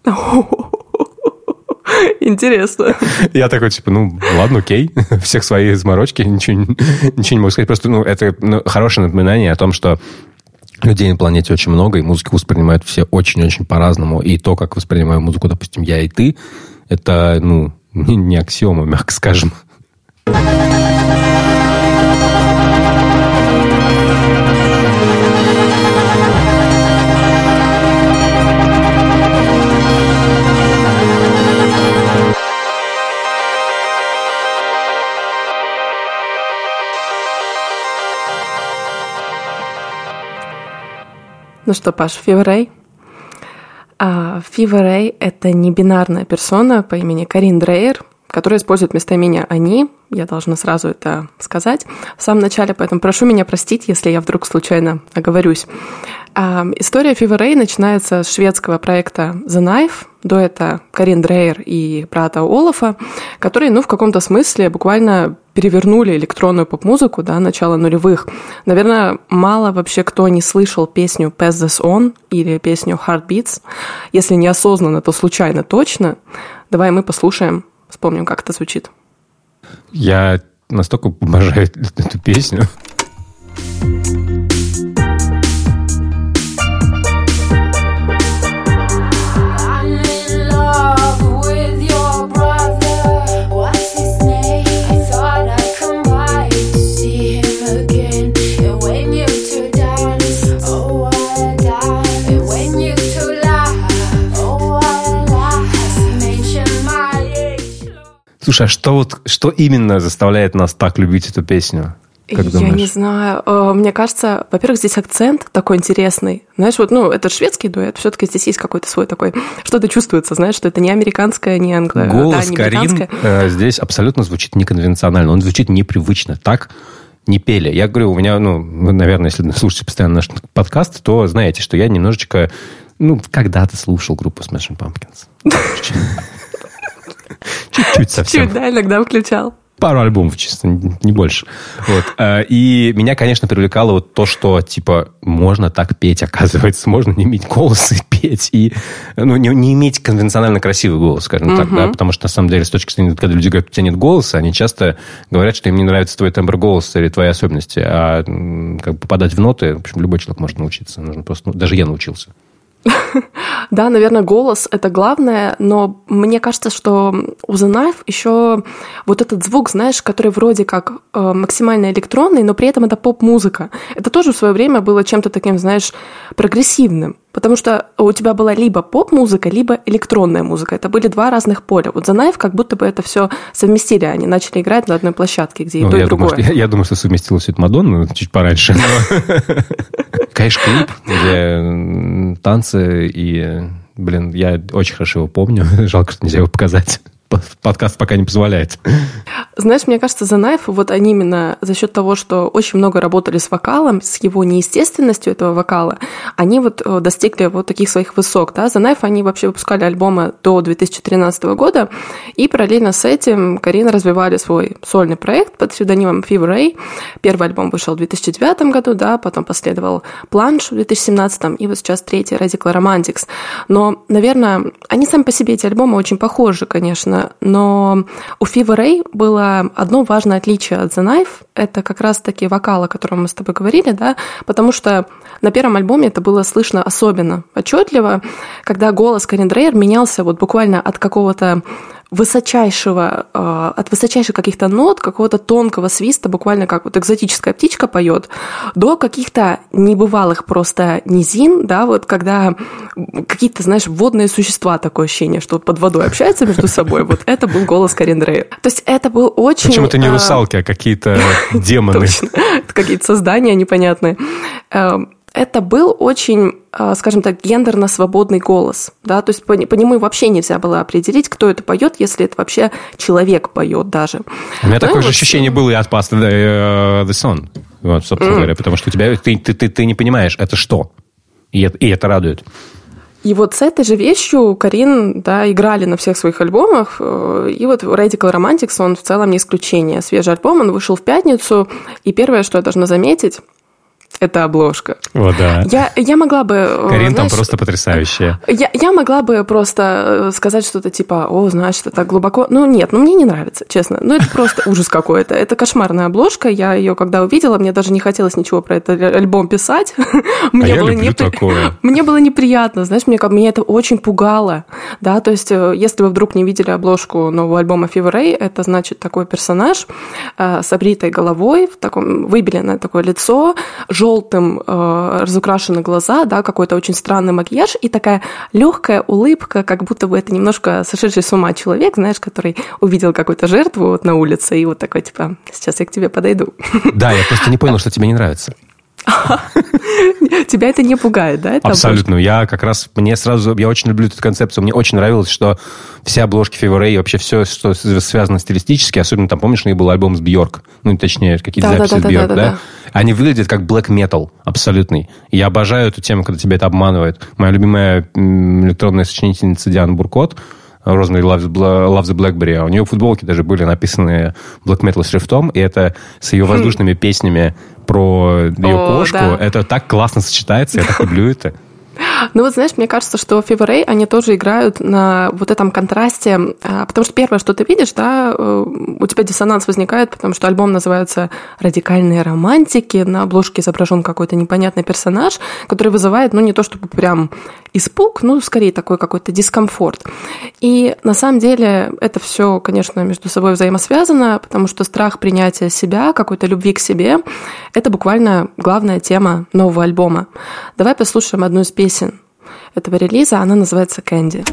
Интересно. Я такой, типа, ну, ладно, окей. Всех свои заморочки, ничего, ничего не могу сказать. Просто, ну, это ну, хорошее напоминание о том, что людей на планете очень много, и музыку воспринимают все очень-очень по-разному. И то, как воспринимаю музыку, допустим, я и ты, это, ну, не аксиома, мягко скажем. Ну что, Паш, Fever Ray? А, Fever Ray — это небинарная персона по имени Корин Дрейер, которая использует местоимение «они». Я должна сразу это сказать в самом начале, поэтому прошу меня простить, если я вдруг случайно оговорюсь. А, история Fever Ray начинается с шведского проекта The Knife, дуэта Корин Дрейер и брата Олафа, которые, ну, в каком-то смысле буквально перевернули электронную поп-музыку, да, начала нулевых. Наверное, мало вообще кто не слышал песню Pass This On или песню Heartbeats. Если неосознанно, то случайно точно. Давай мы послушаем, вспомним, как это звучит. Я настолько обожаю эту песню. Слушай, а что, вот, что именно заставляет нас так любить эту песню? Как Я думаешь? не знаю. Мне кажется, во-первых, здесь акцент такой интересный. Знаешь, вот, ну, это шведский дуэт, все-таки здесь есть какой-то свой такой... Что-то чувствуется, знаешь, что это не американское, не англо... Голос да, не Корин э, здесь абсолютно звучит неконвенционально. Он звучит непривычно. Так не пели. Я говорю, у меня, ну, вы, наверное, если слушаете постоянно наш подкаст, то знаете, что я немножечко... Ну, когда-то слушал группу Smashing Pumpkins. Чуть-чуть совсем. Чуть, да, иногда включал. Пару альбомов, честно, не больше. Вот. И меня, конечно, привлекало вот то, что, типа, можно так петь, оказывается. Можно не иметь голос и петь. И, ну, не, не иметь конвенционально красивый голос, скажем uh-huh. так, да. Потому что, на самом деле, с точки зрения, когда люди говорят, у тебя нет голоса, они часто говорят, что им не нравится твой тембр голоса или твои особенности. А как бы попадать в ноты, в общем, любой человек может научиться. Нужно просто, ну, даже я научился. Да, наверное, голос — это главное, но мне кажется, что у The Knife еще вот этот звук, знаешь, который вроде как э, максимально электронный, но при этом это поп-музыка. Это тоже в свое время было чем-то таким, знаешь, прогрессивным. Потому что у тебя была либо поп-музыка, либо электронная музыка. Это были два разных поля. Вот The Knife как будто бы это все совместили. Они начали играть на одной площадке, где и ну, то, и другое. Думаю, что, я, я думаю, что совместила все это Мадонна чуть пораньше. Конечно, клип, где танцы и... Блин, я очень хорошо его помню. Жалко, что нельзя его показать. Подкаст пока не позволяет. Знаешь, мне кажется, The Knife, вот они именно за счет того, что очень много работали с вокалом, с его неестественностью этого вокала, они вот достигли вот таких своих высот. Да? The Knife, они вообще выпускали альбомы до две тысячи тринадцатого года, и параллельно с этим Корин развивали свой сольный проект под псевдонимом Fever Ray. Первый альбом вышел в две тысячи девятом году, да, потом последовал Plunge в две тысячи семнадцатом, и вот сейчас третий Radical Romantics. Но, наверное, они сами по себе, эти альбомы, очень похожи, конечно, но у Fever Ray было одно важное отличие от The Knife. Это как раз-таки вокал, о котором мы с тобой говорили, да, потому что на первом альбоме это было слышно особенно отчетливо, когда голос Корин Дрейер менялся вот буквально от какого-то высочайшего, от высочайших каких-то нот, какого-то тонкого свиста, буквально как вот экзотическая птичка поет, до каких-то небывалых просто низин, да, вот когда какие-то, знаешь, водные существа, такое ощущение, что под водой общаются между собой, вот это был голос Корин Дрейер. То есть это был очень... Причем это не русалки, а какие-то демоны. Точно, это какие-то создания непонятные. это был очень, скажем так, гендерно-свободный голос, да, то есть по, по нему вообще нельзя было определить, кто это поет, если это вообще человек поет даже. У меня Но такое же вот... ощущение было и от Past the, the Sun, вот, собственно mm. говоря, потому что у тебя, ты, ты, ты, ты не понимаешь, это что, и это, и это радует. И вот с этой же вещью Карин, да, играли на всех своих альбомах, и вот Radical Romantics, он в целом не исключение. Свежий альбом, он вышел в пятницу, и первое, что я должна заметить, это обложка. О, да. Я, я могла бы... Карин знаешь, там просто потрясающая. Я, я могла бы просто сказать что-то типа, о, значит, это глубоко... Ну, нет, ну, мне не нравится, честно. Ну, это просто ужас какой-то. Это кошмарная обложка. Я ее, когда увидела, мне даже не хотелось ничего про этот альбом писать. Мне а было я люблю непри... такое. Мне было неприятно, знаешь, мне, меня это очень пугало. Да, то есть, если вы вдруг не видели обложку нового альбома Fever Ray, это, значит, такой персонаж э, с обритой головой, в таком выбеленное такое лицо, желтым э, разукрашены глаза, да, какой-то очень странный макияж и такая легкая улыбка, как будто бы это немножко сошедший с ума человек, знаешь, который увидел какую-то жертву вот на улице и вот такой, типа, сейчас я к тебе подойду. Да, я просто не понял, что тебе не нравится. Тебя это не пугает, да? Это абсолютно. Обложка? Я как раз, мне сразу, я очень люблю эту концепцию, мне очень нравилось, что все обложки Fever Ray, вообще все, что связано стилистически, особенно там, помнишь, у них был альбом с Бьорк, ну, точнее, какие-то да, записи да, с Бьорк, да, да, да, да? Они выглядят как black metal, абсолютный. И я обожаю эту тему, когда тебя это обманывает. Моя любимая электронная сочинительница Диана Буркот, Rosemary Loves, Loves the Blackberry, а у нее футболки даже были написаны black metal шрифтом, и это с ее воздушными песнями про ее О, кошку, да. Это так классно сочетается, я так люблю это. Ну вот, знаешь, мне кажется, что Fever Ray, они тоже играют на вот этом контрасте, потому что первое, что ты видишь, да, у тебя диссонанс возникает, потому что альбом называется «Радикальные романтики», на обложке изображен какой-то непонятный персонаж, который вызывает, ну, не то чтобы прям испуг, ну, скорее такой какой-то дискомфорт. И на самом деле это все, конечно, между собой взаимосвязано, потому что страх принятия себя, какой-то любви к себе, это буквально главная тема нового альбома. Давай послушаем одну из песен этого релиза, она называется «Candy».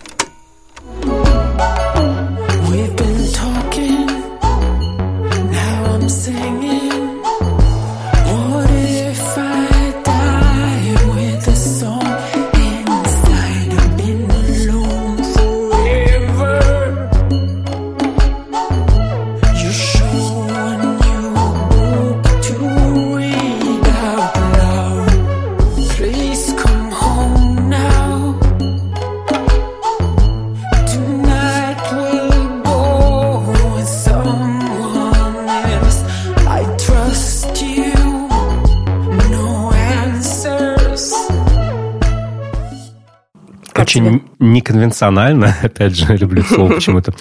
Очень неконвенционально, опять же, люблю это слово почему-то.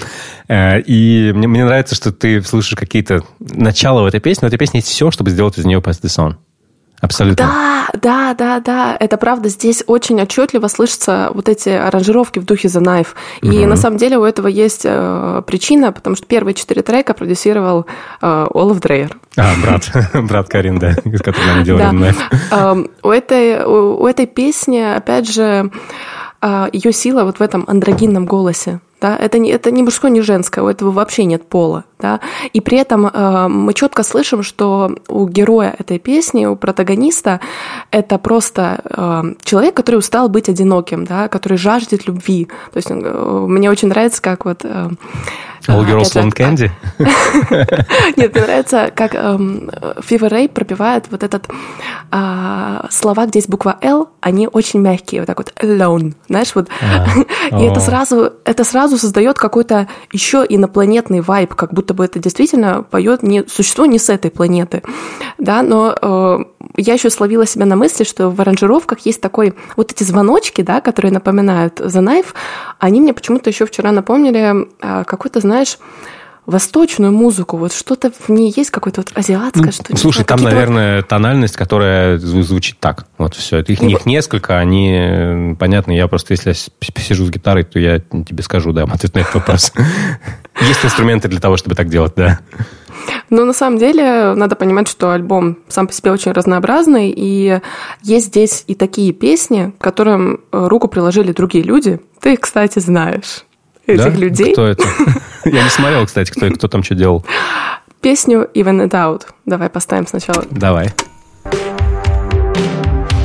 И мне, мне нравится, что ты слышишь какие-то начала в этой песне, но в этой песне есть все, чтобы сделать из нее Past the Sun. Абсолютно. Да, да, да, да. Это правда, здесь очень отчетливо слышатся вот эти аранжировки в духе The Knife. И mm-hmm. на самом деле у этого есть э, причина, потому что первые четыре трека продюсировал э, Олаф Дрейер. А, брат, брат Карин, да, с которым они делали The Knife. У этой, у этой песни, опять же, ее сила вот в этом андрогинном голосе. Да? Это, не, это не мужское, не женское, у этого вообще нет пола. Да? И при этом э, мы четко слышим, что у героя этой песни, у протагониста, это просто э, человек, который устал быть одиноким, да? Который жаждет любви. То есть э, мне очень нравится, как вот... Э, All Girls Want Candy? Нет, мне нравится, как эм, Fever Ray пропевает вот этот э, слова, где есть буква L, они очень мягкие, вот так вот alone, знаешь, вот. И это сразу, это сразу создает какой-то еще инопланетный вайб, как будто бы это действительно поет не существо не с этой планеты, да, но э, я еще словила себя на мысли, что в аранжировках есть такой, вот эти звоночки, да, которые напоминают The Knife, они мне почему-то еще вчера напомнили э, какой-то, знаешь, восточную музыку, вот что-то в ней есть, какое-то вот азиатское, ну, что-то. Слушай, там, наверное, вот... тональность, которая звучит так, вот все. Их, их несколько, они, понятно, я просто, если я сижу с гитарой, то я тебе скажу, да, ответ на этот вопрос. Есть инструменты для того, чтобы так делать, да. Но на самом деле надо понимать, что альбом сам по себе очень разнообразный, и есть здесь и такие песни, к которым руку приложили другие люди. Ты их, кстати, знаешь. Этих да? людей. Кто это? Я не смотрел, кстати, кто, кто там что делал. Песню Even It Out. Давай поставим сначала. Давай.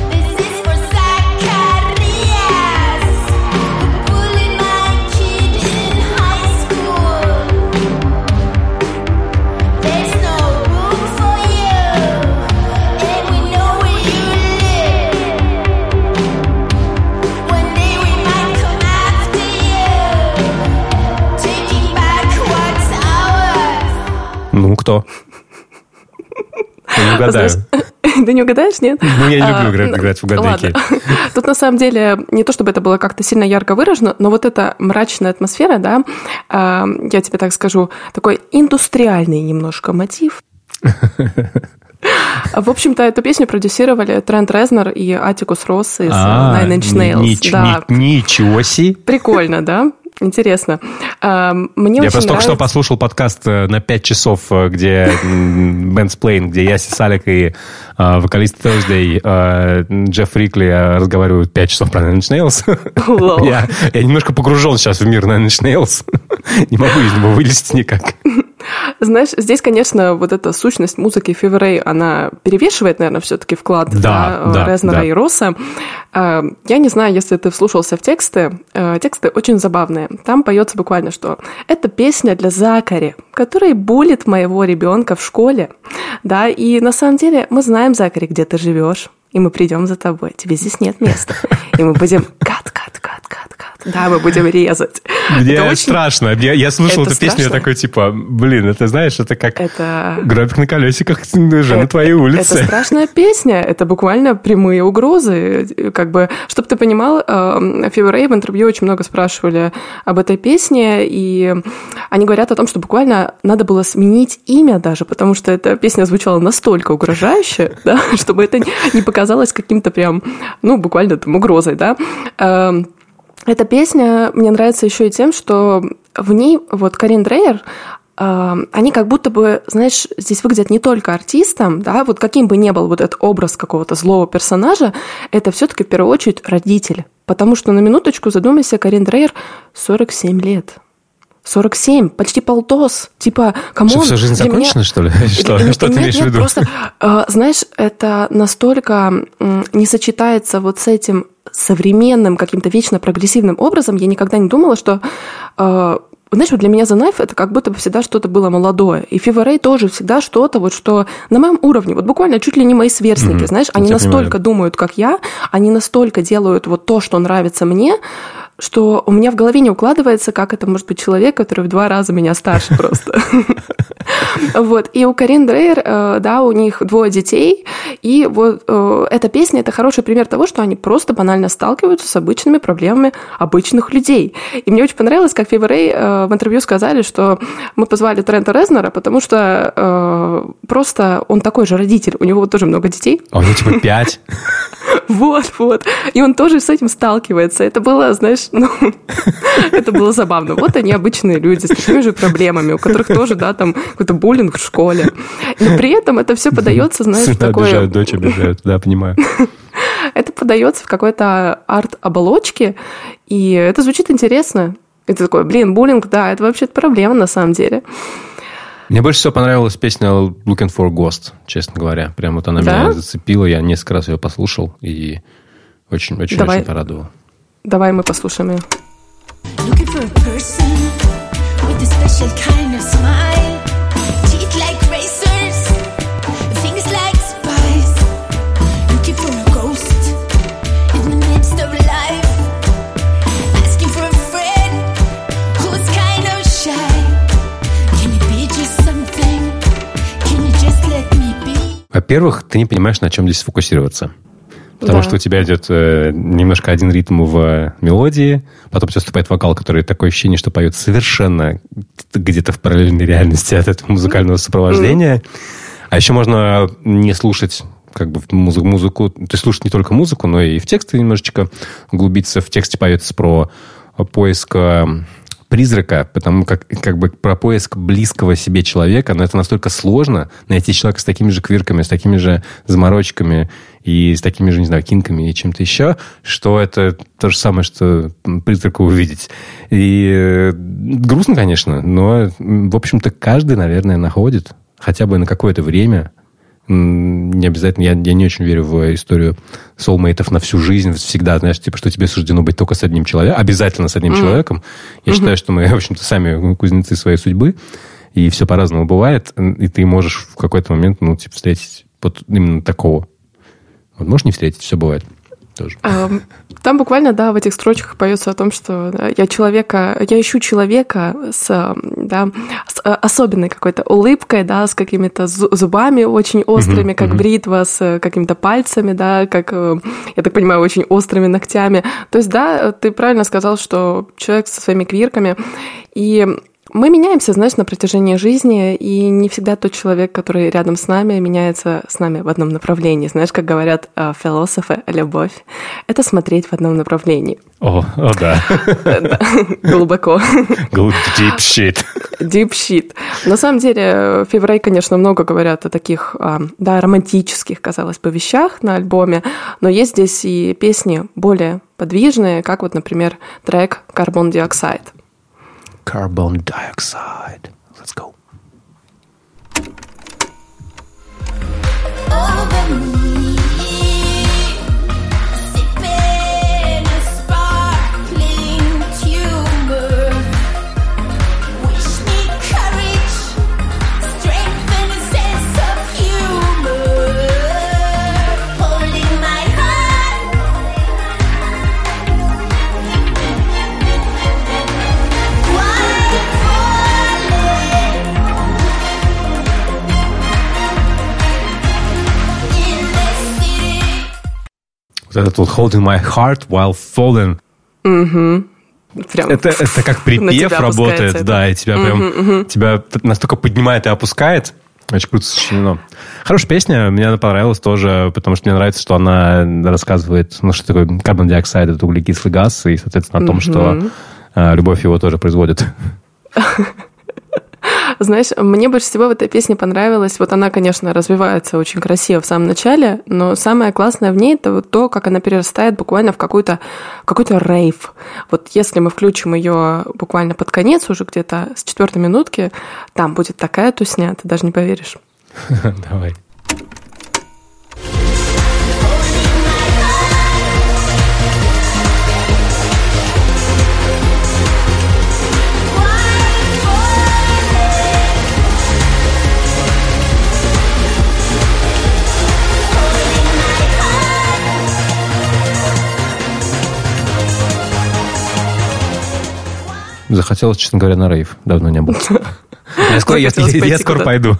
Ну, кто? Я не угадаю. Ты не угадаешь, нет? Ну, я не люблю а, играть, играть в угадайки. Тут, на самом деле, не то, чтобы это было как-то сильно ярко выражено, но вот эта мрачная атмосфера, да, я тебе так скажу, такой индустриальный немножко мотив. В общем-то, эту песню продюсировали Трент Резнор и Атикус Росс из Nine Inch Nails. Нич- да. Ничего себе! Прикольно, да? Интересно. Мне я просто только что послушал подкаст на пять часов, где Бэнсплейн, где Яси Салик и uh, вокалист Thursday uh, Джефф Рикли разговаривают пять часов про Nine Inch Nails. я, я немножко погружен сейчас в мир Nine Inch Nails. Не могу из него вылезти никак. Знаешь, здесь, конечно, вот эта сущность музыки Fever Ray, она перевешивает, наверное, все-таки вклад да, да, да, Резнора да. и Росса. Я не знаю, если ты вслушался в тексты. Тексты очень забавные. Там поется буквально, что это песня для Закари, который булит моего ребенка в школе. Да, и на самом деле мы знаем, Закари, где ты живешь, и мы придем за тобой. Тебе здесь нет места. И мы будем кат, кат, кат, кат, кат. Да, мы будем резать. Мне это очень страшно. Я, я слушал это эту страшно. Песню, я такой, типа, блин, это, знаешь, это как это... гробик на колесиках уже на твоей улице. Это страшная песня. Это буквально прямые угрозы. Как бы, чтобы ты понимал, Fever Ray в интервью очень много спрашивали об этой песне, и они говорят о том, что буквально надо было сменить имя даже, потому что эта песня звучала настолько угрожающе, да, чтобы это не показалось каким-то прям, ну, буквально там угрозой, да. Эта песня мне нравится еще и тем, что в ней вот Корин Дрейер, э, они как будто бы, знаешь, здесь выглядят не только артистом, да, вот каким бы ни был вот этот образ какого-то злого персонажа, это все-таки в первую очередь родитель. Потому что, на минуточку, задумайся, Корин Дрейер сорок семь лет. сорок семь, почти полтос. Типа, камон. Что, всю жизнь закончена, что ли? Что, нет, что ты нет, имеешь нет, в виду? Просто, э, знаешь, это настолько э, не сочетается вот с этим современным, каким-то вечно прогрессивным образом. Я никогда не думала, что... Э, знаешь, вот для меня The Knife это как будто бы всегда что-то было молодое. И Fever Ray тоже всегда что-то, вот что на моем уровне, вот буквально чуть ли не мои сверстники, mm-hmm. знаешь, они настолько понимаю. Думают, как я, они настолько делают вот то, что нравится мне, что у меня в голове не укладывается, как это может быть человек, который в два раза меня старше просто. Вот. И у Корин Дрейер, да, у них двое детей, и вот эта песня – это хороший пример того, что они просто банально сталкиваются с обычными проблемами обычных людей. И мне очень понравилось, как Fever Ray в интервью сказали, что мы позвали Трента Резнора, потому что просто он такой же родитель, у него тоже много детей. А у него типа пять. Вот, вот. И он тоже с этим сталкивается. Это было, знаешь, ну, это было забавно. Вот они, обычные люди, с такими же проблемами, у которых тоже, да, там, какой-то буллинг в школе. Но при этом это все подается, знаешь, в такое... обижают, дочь обижают, да, понимаю. Это подается в какой-то арт-оболочке, и это звучит интересно. Это такой, блин, буллинг, да, это вообще-то проблема на самом деле. Мне больше всего понравилась песня Looking for a Ghost, честно говоря. Прям вот она да? меня зацепила, я несколько раз ее послушал и очень-очень-очень порадовала. Давай мы послушаем ее. Looking for a person with a special kind of smile. Teeth like razors, fingers like spice. Looking for a ghost in the midst of life. Asking for a friend who's kind of shy. Can it be just something? Can you just let me be? Во-первых, ты не понимаешь, на чем здесь сфокусироваться. Потому да. что у тебя идет э, немножко один ритм в мелодии, потом у тебя вступает вокал, который такое ощущение, что поет совершенно где-то в параллельной реальности от этого музыкального сопровождения. Mm. А еще можно не слушать как бы музыку, музыку, то есть слушать не только музыку, но и в тексты немножечко углубиться. В тексте поется про поиск призрака, потому как, как бы про поиск близкого себе человека, но это настолько сложно найти человека с такими же квирками, с такими же заморочками и с такими же, не знаю, кинками и чем-то еще, что это то же самое, что призрака увидеть. И э, грустно, конечно, но, в общем-то, каждый, наверное, находит хотя бы на какое-то время. Не обязательно, я, я не очень верю в историю соулмейтов на всю жизнь, всегда, знаешь, типа, что тебе суждено быть только с одним человеком, обязательно с одним mm-hmm. человеком. Я mm-hmm. считаю, что мы, в общем-то, сами кузнецы своей судьбы, и все по-разному бывает, и ты можешь в какой-то момент, ну, типа, встретить вот именно такого. Вот можешь не встретить, все бывает. тоже. Там буквально, да, в этих строчках поется о том, что да, я человека, я ищу человека с, да, с особенной какой-то улыбкой, да, с какими-то зубами очень острыми, uh-huh, как uh-huh. бритва, с какими-то пальцами, да, как, я так понимаю, очень острыми ногтями. То есть, да, ты правильно сказал, что человек со своими квирками. И мы меняемся, знаешь, на протяжении жизни, и не всегда тот человек, который рядом с нами, меняется с нами в одном направлении. Знаешь, как говорят э, философы, любовь — это смотреть в одном направлении. О, о да. Глубоко. Deep shit. Deep shit. На самом деле, Fever Ray, конечно, много говорят о таких, да, романтических, казалось бы, вещах на альбоме, но есть здесь и песни более подвижные, как вот, например, трек «Carbon Dioxide». Carbon dioxide. Let's go. Over me, sipping a sparkling tumor. Wish me courage, strength and a sense of humor. Holding my heart. Этот вот holding my heart while falling. Угу. Прям это, это как припев работает, да, и тебя прям угу, угу. тебя настолько поднимает и опускает. Очень круто сочинено. Хорошая песня, мне она понравилась тоже, потому что мне нравится, что она рассказывает, ну, что такое carbon dioxide, это углекислый газ, и, соответственно, о том, угу. что э, любовь его тоже производит. Знаешь, мне больше всего в этой песне понравилось, вот она, конечно, развивается очень красиво в самом начале, но самое классное в ней — это вот то, как она перерастает буквально в какой-то, какой-то рейв. Вот если мы включим ее буквально под конец, уже где-то с четвертой минутки, там будет такая тусня, ты даже не поверишь. Давай. Захотелось, честно говоря, на рейв. Давно не был. Я скоро, я, я, я скоро пойду.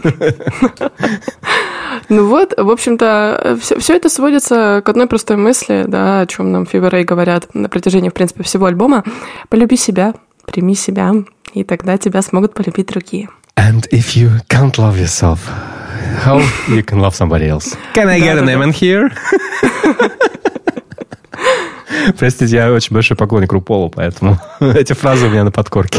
Ну вот, в общем-то, все, все это сводится к одной простой мысли, да, о чем нам Fever Ray говорят на протяжении, в принципе, всего альбома. Полюби себя, прими себя, и тогда тебя смогут полюбить другие. And if you can't love yourself, how you can love somebody else? Can I get a name in here? Простите, я очень большой поклонник Рупола, поэтому эти фразы у меня на подкорке.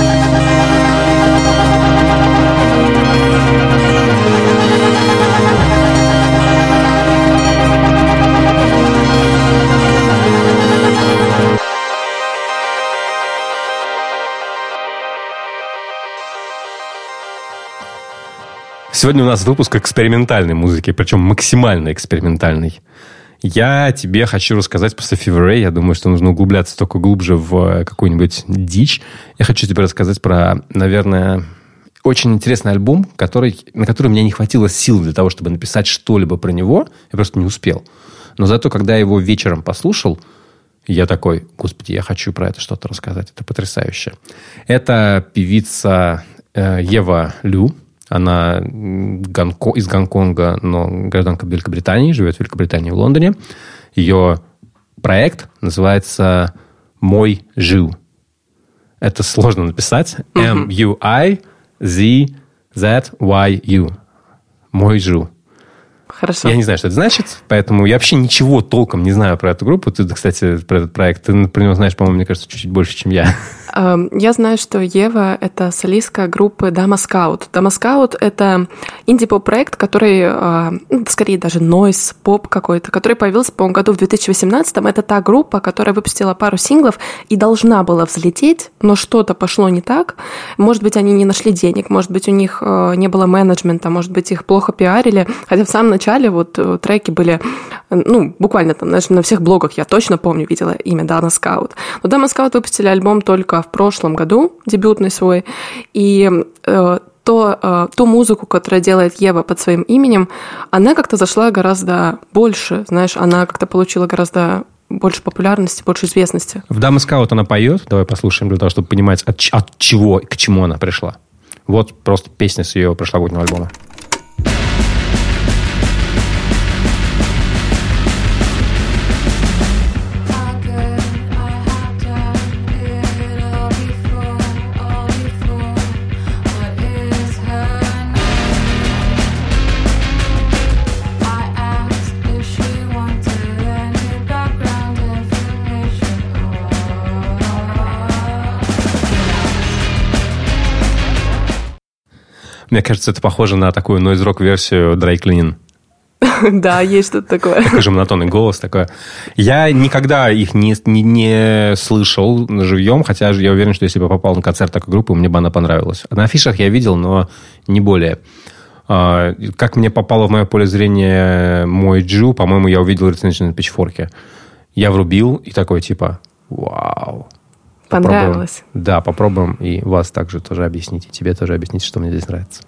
Сегодня у нас выпуск экспериментальной музыки, причем максимально экспериментальный. Я тебе хочу рассказать после Fever Ray. Я думаю, что нужно углубляться только глубже в какую-нибудь дичь. Я хочу тебе рассказать про, наверное, очень интересный альбом, который, на который у меня не хватило сил для того, чтобы написать что-либо про него. Я просто не успел. Но зато, когда я его вечером послушал, я такой: господи, я хочу про это что-то рассказать. Это потрясающе. Это певица Ева Лю. Она Гонко, из Гонконга, но гражданка Великобритании, живет в Великобритании, в Лондоне. Ее проект называется «Мой Жу». Это сложно написать. эм ю ай зет зет вай ю. «Мой Жу». Хорошо. Я не знаю, что это значит, поэтому я вообще ничего толком не знаю про эту группу. Ты, кстати, про этот проект, ты про него знаешь, по-моему, мне кажется, чуть-чуть больше, чем я. Я знаю, что Ева — это солистка группы Dama Scout. Dama Scout — это инди-поп-проект, который, скорее даже нойз-поп какой-то, который появился, по-моему, году в две тысячи восемнадцатом. Это та группа, которая выпустила пару синглов и должна была взлететь, но что-то пошло не так. Может быть, они не нашли денег, может быть, у них не было менеджмента, может быть, их плохо пиарили. Хотя в самом начале вот треки были, ну, буквально там, знаешь, на всех блогах, я точно помню, видела имя Dama Scout. Но Dama Scout выпустили альбом только в прошлом году, дебютный свой, и э, то, то, ту музыку, которую делает Ева под своим именем, она как-то зашла гораздо больше, знаешь, она как-то получила гораздо больше популярности, больше известности. В «Дама Скаут» она поет, давай послушаем, для того, чтобы понимать, от, от чего и к чему она пришла. Вот просто песня с ее прошлогоднего альбома. Мне кажется, это похоже на такую нойз-рок-версию Dry Cleaning. Да, есть что-то такое. Такой же монотонный голос такой. Я никогда их не, не, не слышал живьем, хотя я уверен, что если бы я попал на концерт такой группы, мне бы она понравилась. На афишах я видел, но не более. Как мне попало в мое поле зрения мой Джу, по-моему, я увидел рецензию на Pitchfork. Я врубил и такой типа, вау. Понравилось. Попробуем. Да, попробуем и вас также тоже объяснить, и тебе тоже объяснить, что мне здесь нравится.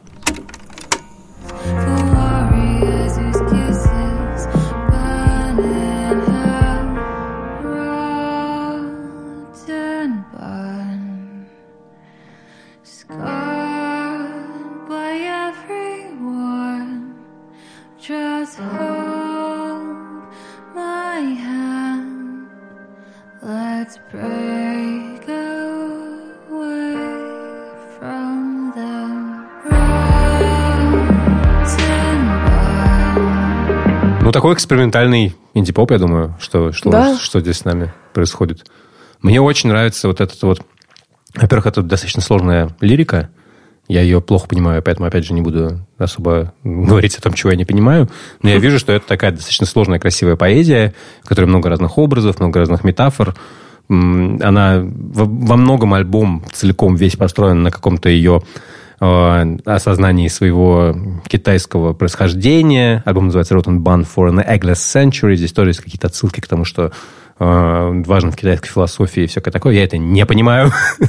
Let's break away from them. Ну, такой экспериментальный инди-поп, я думаю, что, что, да. что здесь с нами происходит. Мне очень нравится вот этот вот... Во-первых, это достаточно сложная лирика. Я ее плохо понимаю, поэтому, опять же, не буду особо говорить о том, чего я не понимаю. Но я вижу, что это такая достаточно сложная, красивая поэзия, в которой много разных образов, много разных метафор. Она во многом альбом целиком весь построен на каком-то ее э, осознании своего китайского происхождения. Альбом называется Rotten Bun for an Eggless Century. Здесь тоже есть какие-то отсылки к тому, что э, важно в китайской философии и всякое такое. Я это не понимаю.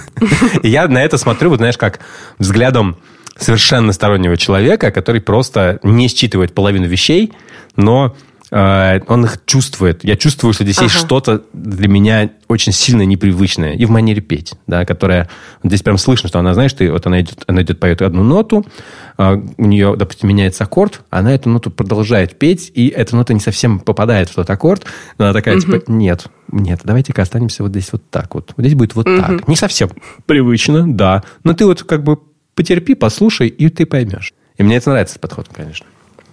И я на это смотрю, вот знаешь, как взглядом совершенно стороннего человека, который просто не считывает половину вещей, но он их чувствует. Я чувствую, что здесь ага. есть что-то для меня очень сильно непривычное. И в манере петь, да, которая... Здесь прям слышно, что она, знаешь, ты, вот она идет, она идет, поет одну ноту, у нее, допустим, меняется аккорд, она эту ноту продолжает петь, и эта нота не совсем попадает в тот аккорд. Она такая, угу. типа, нет, нет, давайте-ка останемся вот здесь вот так вот. Вот здесь будет вот угу. так. Не совсем привычно, да. Но ты вот как бы потерпи, послушай, и ты поймешь. И мне это нравится, этот подход, конечно.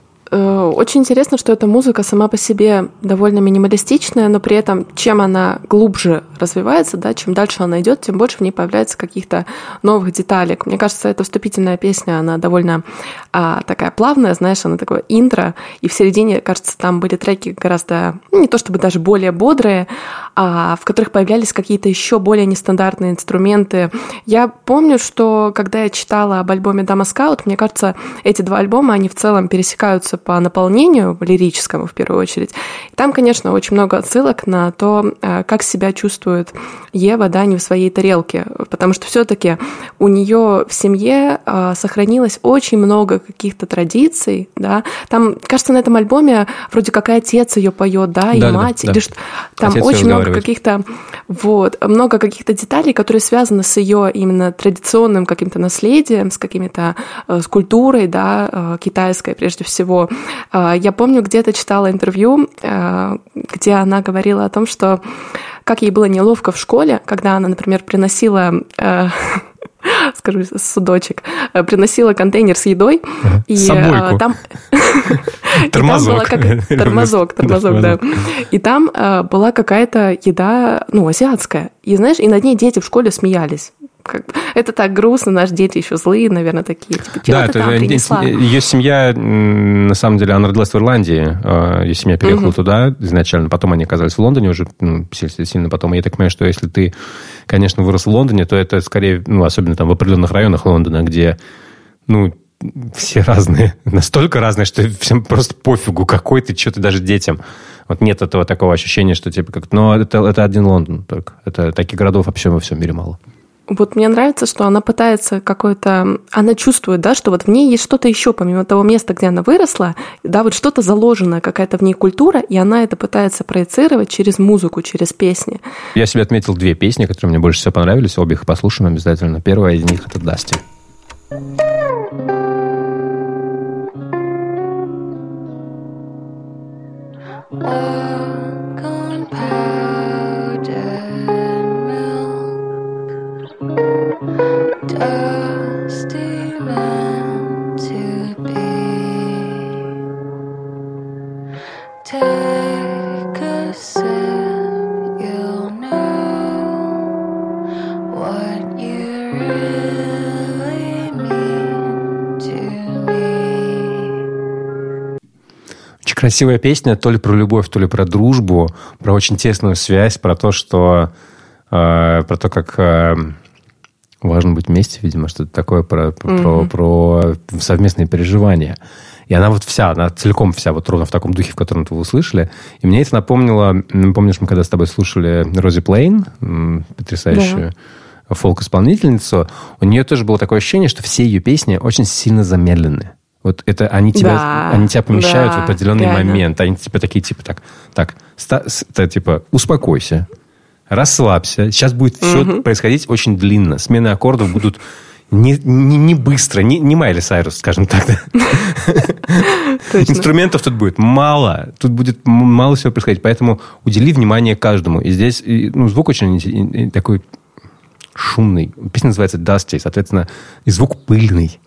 Очень интересно, что эта музыка сама по себе довольно минималистичная, но при этом, чем она глубже развивается, да, чем дальше она идет, тем больше в ней появляется каких-то новых деталек. Мне кажется, эта вступительная песня, она довольно а, такая плавная, знаешь, она такое интро, и в середине, кажется, там были треки гораздо, ну, не то чтобы даже более бодрые, а в которых появлялись какие-то еще более нестандартные инструменты. Я помню, что когда я читала об альбоме «Дама Скаут», мне кажется, эти два альбома, они в целом пересекаются по наполнению лирическому, в первую очередь. И там, конечно, очень много отсылок на то, как себя чувствует Ева, да, не в своей тарелке, потому что все-таки у нее в семье сохранилось очень много каких-то традиций, да. Там, кажется, на этом альбоме вроде как и отец ее поет, да, и да, мать, да, или что. Там отец очень много каких-то, вот, много каких-то деталей, которые связаны с ее именно традиционным каким-то наследием, с какими-то с культурой, да, китайской прежде всего. Я помню, где-то читала интервью, где она говорила о том, что как ей было неловко в школе, когда она, например, приносила... скажу, судочек, приносила контейнер с едой. И собойку. Там... Тормозок. Тормозок, тормозок, да. И там была какая-то еда, ну, азиатская. И, знаешь, и над ней дети в школе смеялись. Это так грустно, наши дети еще злые, наверное, такие. Типа, да, это, ее семья, на самом деле, она родилась в Ирландии. Ее семья переехала угу. туда изначально. Потом они оказались в Лондоне уже ну, сильно, сильно потом. И я так понимаю, что если ты, конечно, вырос в Лондоне, то это скорее, ну, особенно там в определенных районах Лондона, где, ну, все разные, настолько разные, что всем просто пофигу, какой ты, что ты даже детям. Вот нет этого такого ощущения, что типа как... Но это, это один Лондон только. Это таких городов вообще во всем мире мало. Вот мне нравится, что она пытается какое-то... Она чувствует, да, что вот в ней есть что-то еще, помимо того места, где она выросла, да, вот что-то заложено, какая-то в ней культура, и она это пытается проецировать через музыку, через песни. Я себе отметил две песни, которые мне больше всего понравились, обе их послушаем обязательно. Первая из них — это «Dusty». Dusty meant to be. Take a sip, you'll know what you really mean to me. Очень красивая песня, то ли про любовь, то ли про дружбу, про очень тесную связь, про то, что э, про то, как э, важно быть вместе, видимо, что-то такое про, mm-hmm. про, про совместные переживания. И она вот вся, она целиком вся вот ровно в таком духе, в котором вы услышали. И мне это напомнило, помнишь, мы когда с тобой слушали Рози Плейн, потрясающую да. фолк-исполнительницу, у нее тоже было такое ощущение, что все ее песни очень сильно замедлены. Вот это они тебя, да, они тебя помещают да, в определенный реально. момент. Они типа такие, типа, так, так, ста, ста, типа, успокойся, расслабься. Сейчас будет все угу. происходить очень длинно. Смены аккордов будут не, не, не быстро, не, не Майли Сайрус, скажем так. Инструментов тут будет мало. Тут будет мало всего происходить. Поэтому удели внимание каждому. И здесь ну, звук очень такой шумный. Песня называется «Dusty», соответственно, и звук пыльный.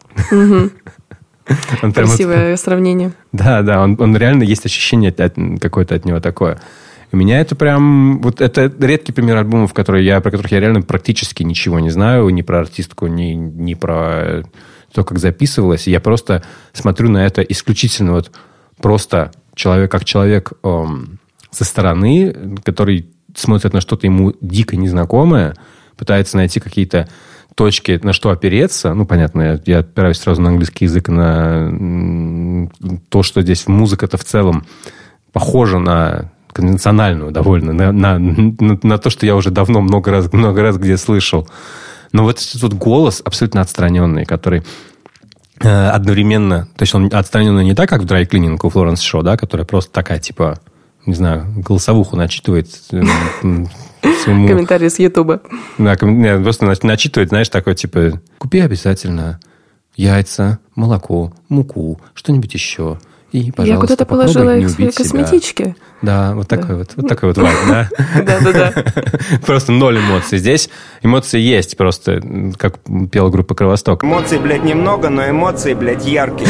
Красивое вот, сравнение. Да, да, он, он реально есть ощущение от, какое-то от него такое. У меня это прям... Вот это редкий пример альбомов, которые я, про которых я реально практически ничего не знаю. Ни про артистку, ни, ни про то, как записывалось. Я просто смотрю на это исключительно вот просто человек, как человек эм, со стороны, который смотрит на что-то ему дико незнакомое, пытается найти какие-то точки, на что опереться. Ну, понятно, я, я опираюсь сразу на английский язык, на то, что здесь музыка-то в целом похожа на конвенциональную довольно, на, на, на, на то, что я уже давно много раз, много раз где слышал. Но вот этот вот голос абсолютно отстраненный, который э, одновременно... То есть он отстраненный не так, как в Dry Cleaning у Флоренс Шо, да, которая просто такая, типа, не знаю, голосовуху начитывает... Своему... Комментарий с Ютуба. Да, ком... просто начитывает, знаешь, такой, типа, купи обязательно яйца, молоко, муку, что-нибудь еще. И, пожалуйста, я куда-то положила их свои косметички. Да, вот такой да. вот, вот такой вот вайб, да? Да-да-да. Просто ноль эмоций. Здесь эмоции есть, просто, как пела группа «Кровосток». Эмоций, блядь, немного, но эмоции, блядь, яркие.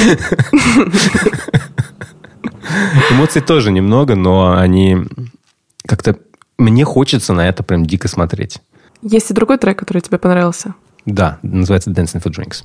Эмоций тоже немного, но они как-то... Мне хочется на это прям дико смотреть. Есть и другой трек, который тебе понравился? Да, называется «Dancing for Drinks».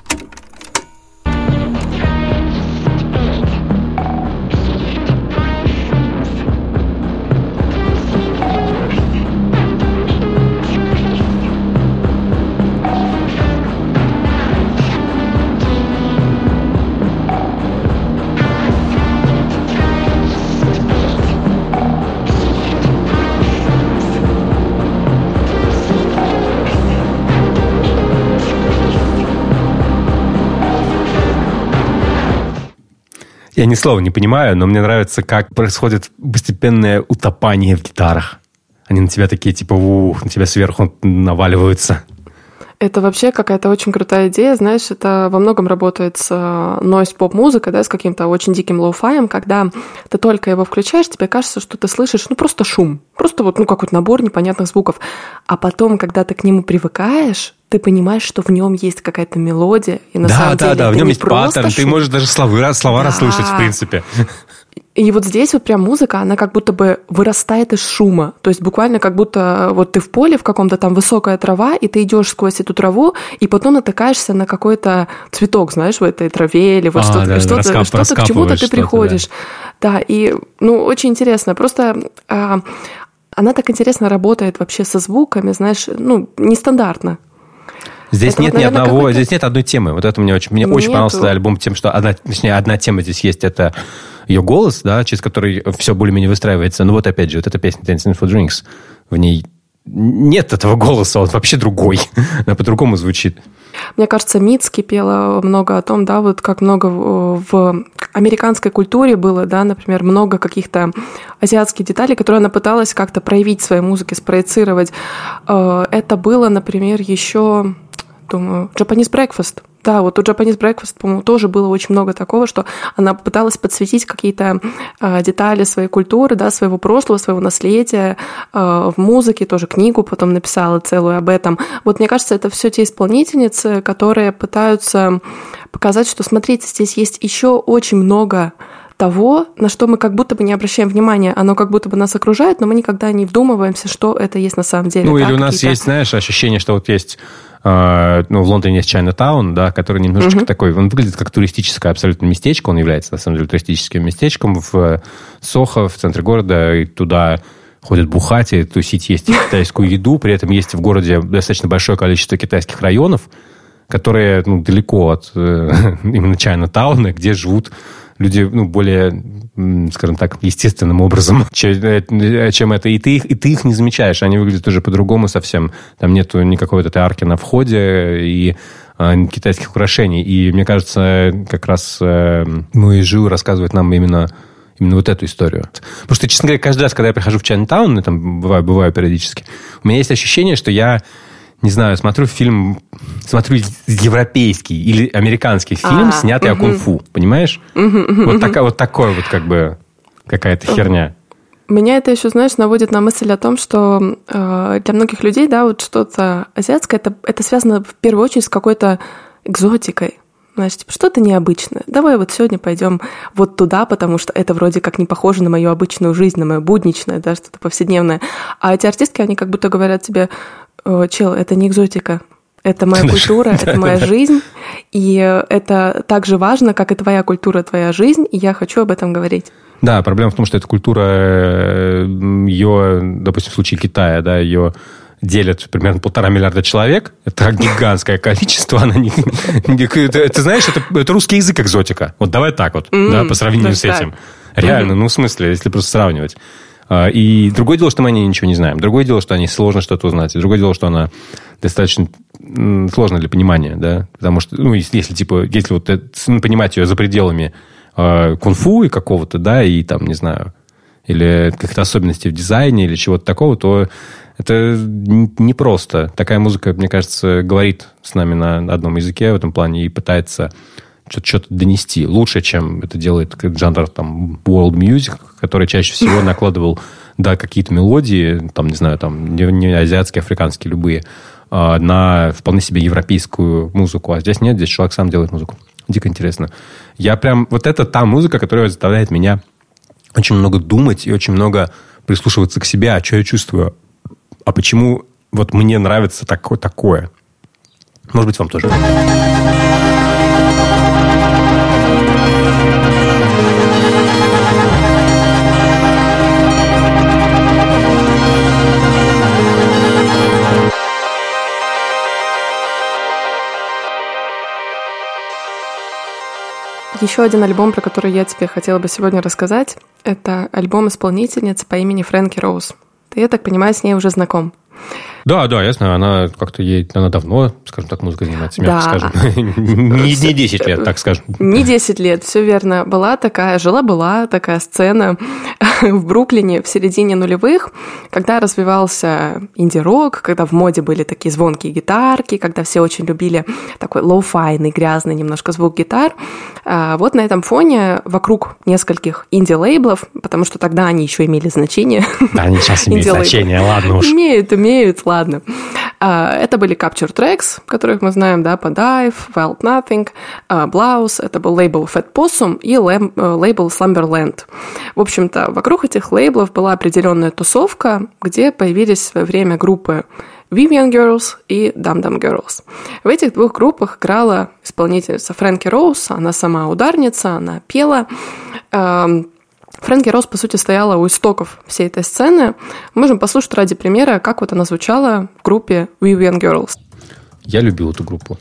Я ни слова не понимаю, но мне нравится, как происходит постепенное утопание в гитарах. Они на тебя такие, типа, ух, на тебя сверху наваливаются. Это вообще какая-то очень крутая идея, знаешь, это во многом работает с нойз-поп-музыкой, да, с каким-то очень диким лоу-фаем, когда ты только его включаешь, тебе кажется, что ты слышишь, ну, просто шум, просто вот, ну, какой-то набор непонятных звуков, а потом, когда ты к нему привыкаешь, ты понимаешь, что в нем есть какая-то мелодия, и на да, самом да, деле да, это в нем не есть просто паттерн, шум. ты можешь даже слова, слова да. расслышать, в принципе. И вот здесь вот прям музыка, она как будто бы вырастает из шума. То есть буквально как будто вот ты в поле, в каком-то там высокая трава, и ты идешь сквозь эту траву, и потом натыкаешься на какой-то цветок, знаешь, в этой траве, или вот а, что-то, да, что-то, раскап, что-то к чему-то ты приходишь. Да. да, и, ну, очень интересно. Просто а, она так интересно работает вообще со звуками, знаешь, ну, нестандартно. Здесь это нет вот, ни наверное, одного, какой-то... здесь нет одной темы. Вот это мне очень, мне очень понравился этот альбом тем, что одна, точнее, одна тема здесь есть, это ее голос, да, через который все более-менее выстраивается. Ну вот опять же, вот эта песня Dancing for Drinks, в ней нет этого голоса, он вообще другой. Она по-другому звучит. Мне кажется, Мицки пела много о том, да, вот как много в американской культуре было, да, например, много каких-то азиатских деталей, которые она пыталась как-то проявить в своей музыке, спроецировать. Это было, например, еще, думаю, Japanese Breakfast. Да, вот у Japanese Breakfast, по-моему, тоже было очень много такого, что она пыталась подсветить какие-то э, детали своей культуры, да, своего прошлого, своего наследия э, в музыке, тоже книгу потом написала целую об этом. Вот мне кажется, это все те исполнительницы, которые пытаются показать, что, смотрите, здесь есть еще очень много того, на что мы как будто бы не обращаем внимания. Оно как будто бы нас окружает, но мы никогда не вдумываемся, что это есть на самом деле. Ну, да, или у нас какие-то... есть, знаешь, ощущение, что вот есть... Ну, в Лондоне есть Чайнатаун, да, который немножечко uh-huh. такой, он выглядит как туристическое абсолютно местечко, он является, на самом деле, туристическим местечком в Сохо, в центре города, и туда ходят бухать и тусить, есть китайскую еду, при этом есть в городе достаточно большое количество китайских районов, которые, ну, далеко от именно Чайнатауна, где живут люди, ну, более, скажем так, естественным образом, чем это. И ты их, и ты их не замечаешь. Они выглядят уже по-другому совсем. Там нету никакой вот этой арки на входе и э, китайских украшений. И мне кажется, как раз э, Муи Жу рассказывает нам именно, именно вот эту историю. Потому что, честно говоря, каждый раз, когда я прихожу в Чайнатаун, и там бываю, бываю периодически, у меня есть ощущение, что я... Не знаю, смотрю фильм, смотрю европейский или американский фильм, а, снятый угу. о кунг-фу, понимаешь? Угу, угу, вот, такая, вот такое вот как бы какая-то херня. Меня это еще, знаешь, наводит на мысль о том, что э, для многих людей, да, вот что-то азиатское, это, это связано в первую очередь с какой-то экзотикой. Знаешь, типа, что-то необычное. Давай вот сегодня пойдем вот туда, потому что это вроде как не похоже на мою обычную жизнь, на мою будничное, да, что-то повседневное. А эти артистки, они как будто говорят тебе... Чел, это не экзотика, это моя культура, это моя жизнь, и это так же важно, как и твоя культура, твоя жизнь, и я хочу об этом говорить. Да, проблема в том, что эта культура, ее, допустим, в случае Китая, да, ее делят примерно полтора миллиарда человек, это гигантское количество, она не, ты, ты знаешь, это, это русский язык экзотика, вот давай так вот, mm-hmm. да, по сравнению с этим. Реально, mm-hmm. ну в смысле, если просто сравнивать. И другое дело, что мы о ней ничего не знаем. Другое дело, что о ней сложно что-то узнать. И другое дело, что она достаточно сложна для понимания, да. Потому что, ну, если, если типа, если вот это, понимать ее за пределами э, кунг-фу и какого-то, да, и там, не знаю, или каких-то особенностей в дизайне, или чего-то такого, то это непросто. Такая музыка, мне кажется, говорит с нами на одном языке в этом плане и пытается... Что-то, что-то донести. Лучше, чем это делает жанр там, world music, который чаще всего накладывал, да, какие-то мелодии, там, не знаю, там, не, не азиатские, африканские, любые, а, на вполне себе европейскую музыку. А здесь нет, здесь человек сам делает музыку. Дико интересно. Я прям... Вот это та музыка, которая заставляет меня очень много думать и очень много прислушиваться к себе, а что я чувствую, а почему вот мне нравится такое, такое. Может быть, вам тоже. Еще один альбом, про который я тебе хотела бы сегодня рассказать, это альбом исполнительницы по имени Фрэнки Роуз. Ты, я так понимаю, с ней уже знаком. Да, да, я знаю, она как-то ей, она давно, скажем так, музыкой занимается, мягко да. скажем. Не, не десять лет, так скажем. Не десять лет, все верно. Была такая, жила-была такая сцена в Бруклине в середине нулевых, когда развивался инди-рок, когда в моде были такие звонкие гитарки, когда все очень любили такой лоу-файный, грязный немножко звук гитар. Вот на этом фоне вокруг нескольких инди-лейблов, потому что тогда они еще имели значение. Да, они сейчас имеют значение, ладно уж. Имеют, имеют, ладно. Это были Capture Tracks, которых мы знаем, да, Dive, Wild Nothing, Blouse, это был лейбл Fat Possum и лейбл Slumberland. В общем-то, вокруг этих лейблов была определенная тусовка, где появились в свое время группы Vivian Girls и Dum Dum Girls. В этих двух группах играла исполнительница Фрэнки Роуз, она сама ударница, она пела. Фрэнки Роуз, по сути, стояла у истоков всей этой сцены. Мы можем послушать ради примера, как вот она звучала в группе Vivian Girls. Я любил эту группу.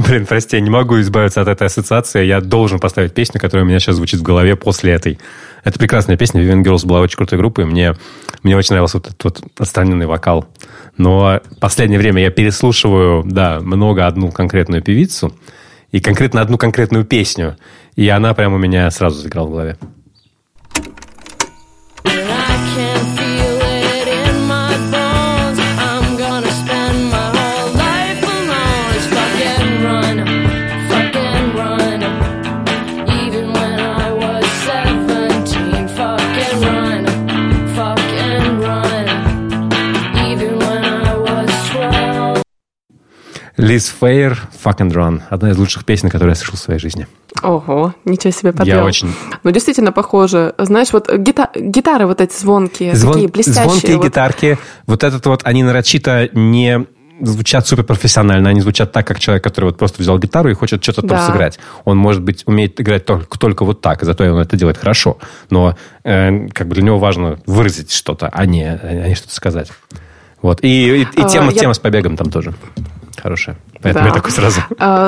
Блин, прости, я не могу избавиться от этой ассоциации. Я должен поставить песню, которая у меня сейчас звучит в голове после этой. Это прекрасная песня. Vivian Girls была очень крутой группой. Мне, мне очень нравился вот этот вот отстраненный вокал. Но в последнее время я переслушиваю, да, много одну конкретную певицу и конкретно одну конкретную песню. И она прямо у меня сразу заиграла в голове. Liz Phair, Fuck and Run. Одна из лучших песен, которую я слышал в своей жизни. Ого, ничего себе подвел. Я очень... Ну, действительно похоже. Знаешь, вот гита... гитары вот эти звонкие, Звон... такие блестящие. Звонкие вот. гитарки. Вот этот вот, они нарочито не звучат суперпрофессионально. Они звучат так, как человек, который вот просто взял гитару и хочет что-то да. там сыграть. Он, может быть, умеет играть только, только вот так, и зато он это делает хорошо. Но э, как бы для него важно выразить что-то, а не, а не что-то сказать. Вот. И, и, и тема, а, я... тема с побегом там тоже хорошая. Поэтому да. я такой сразу...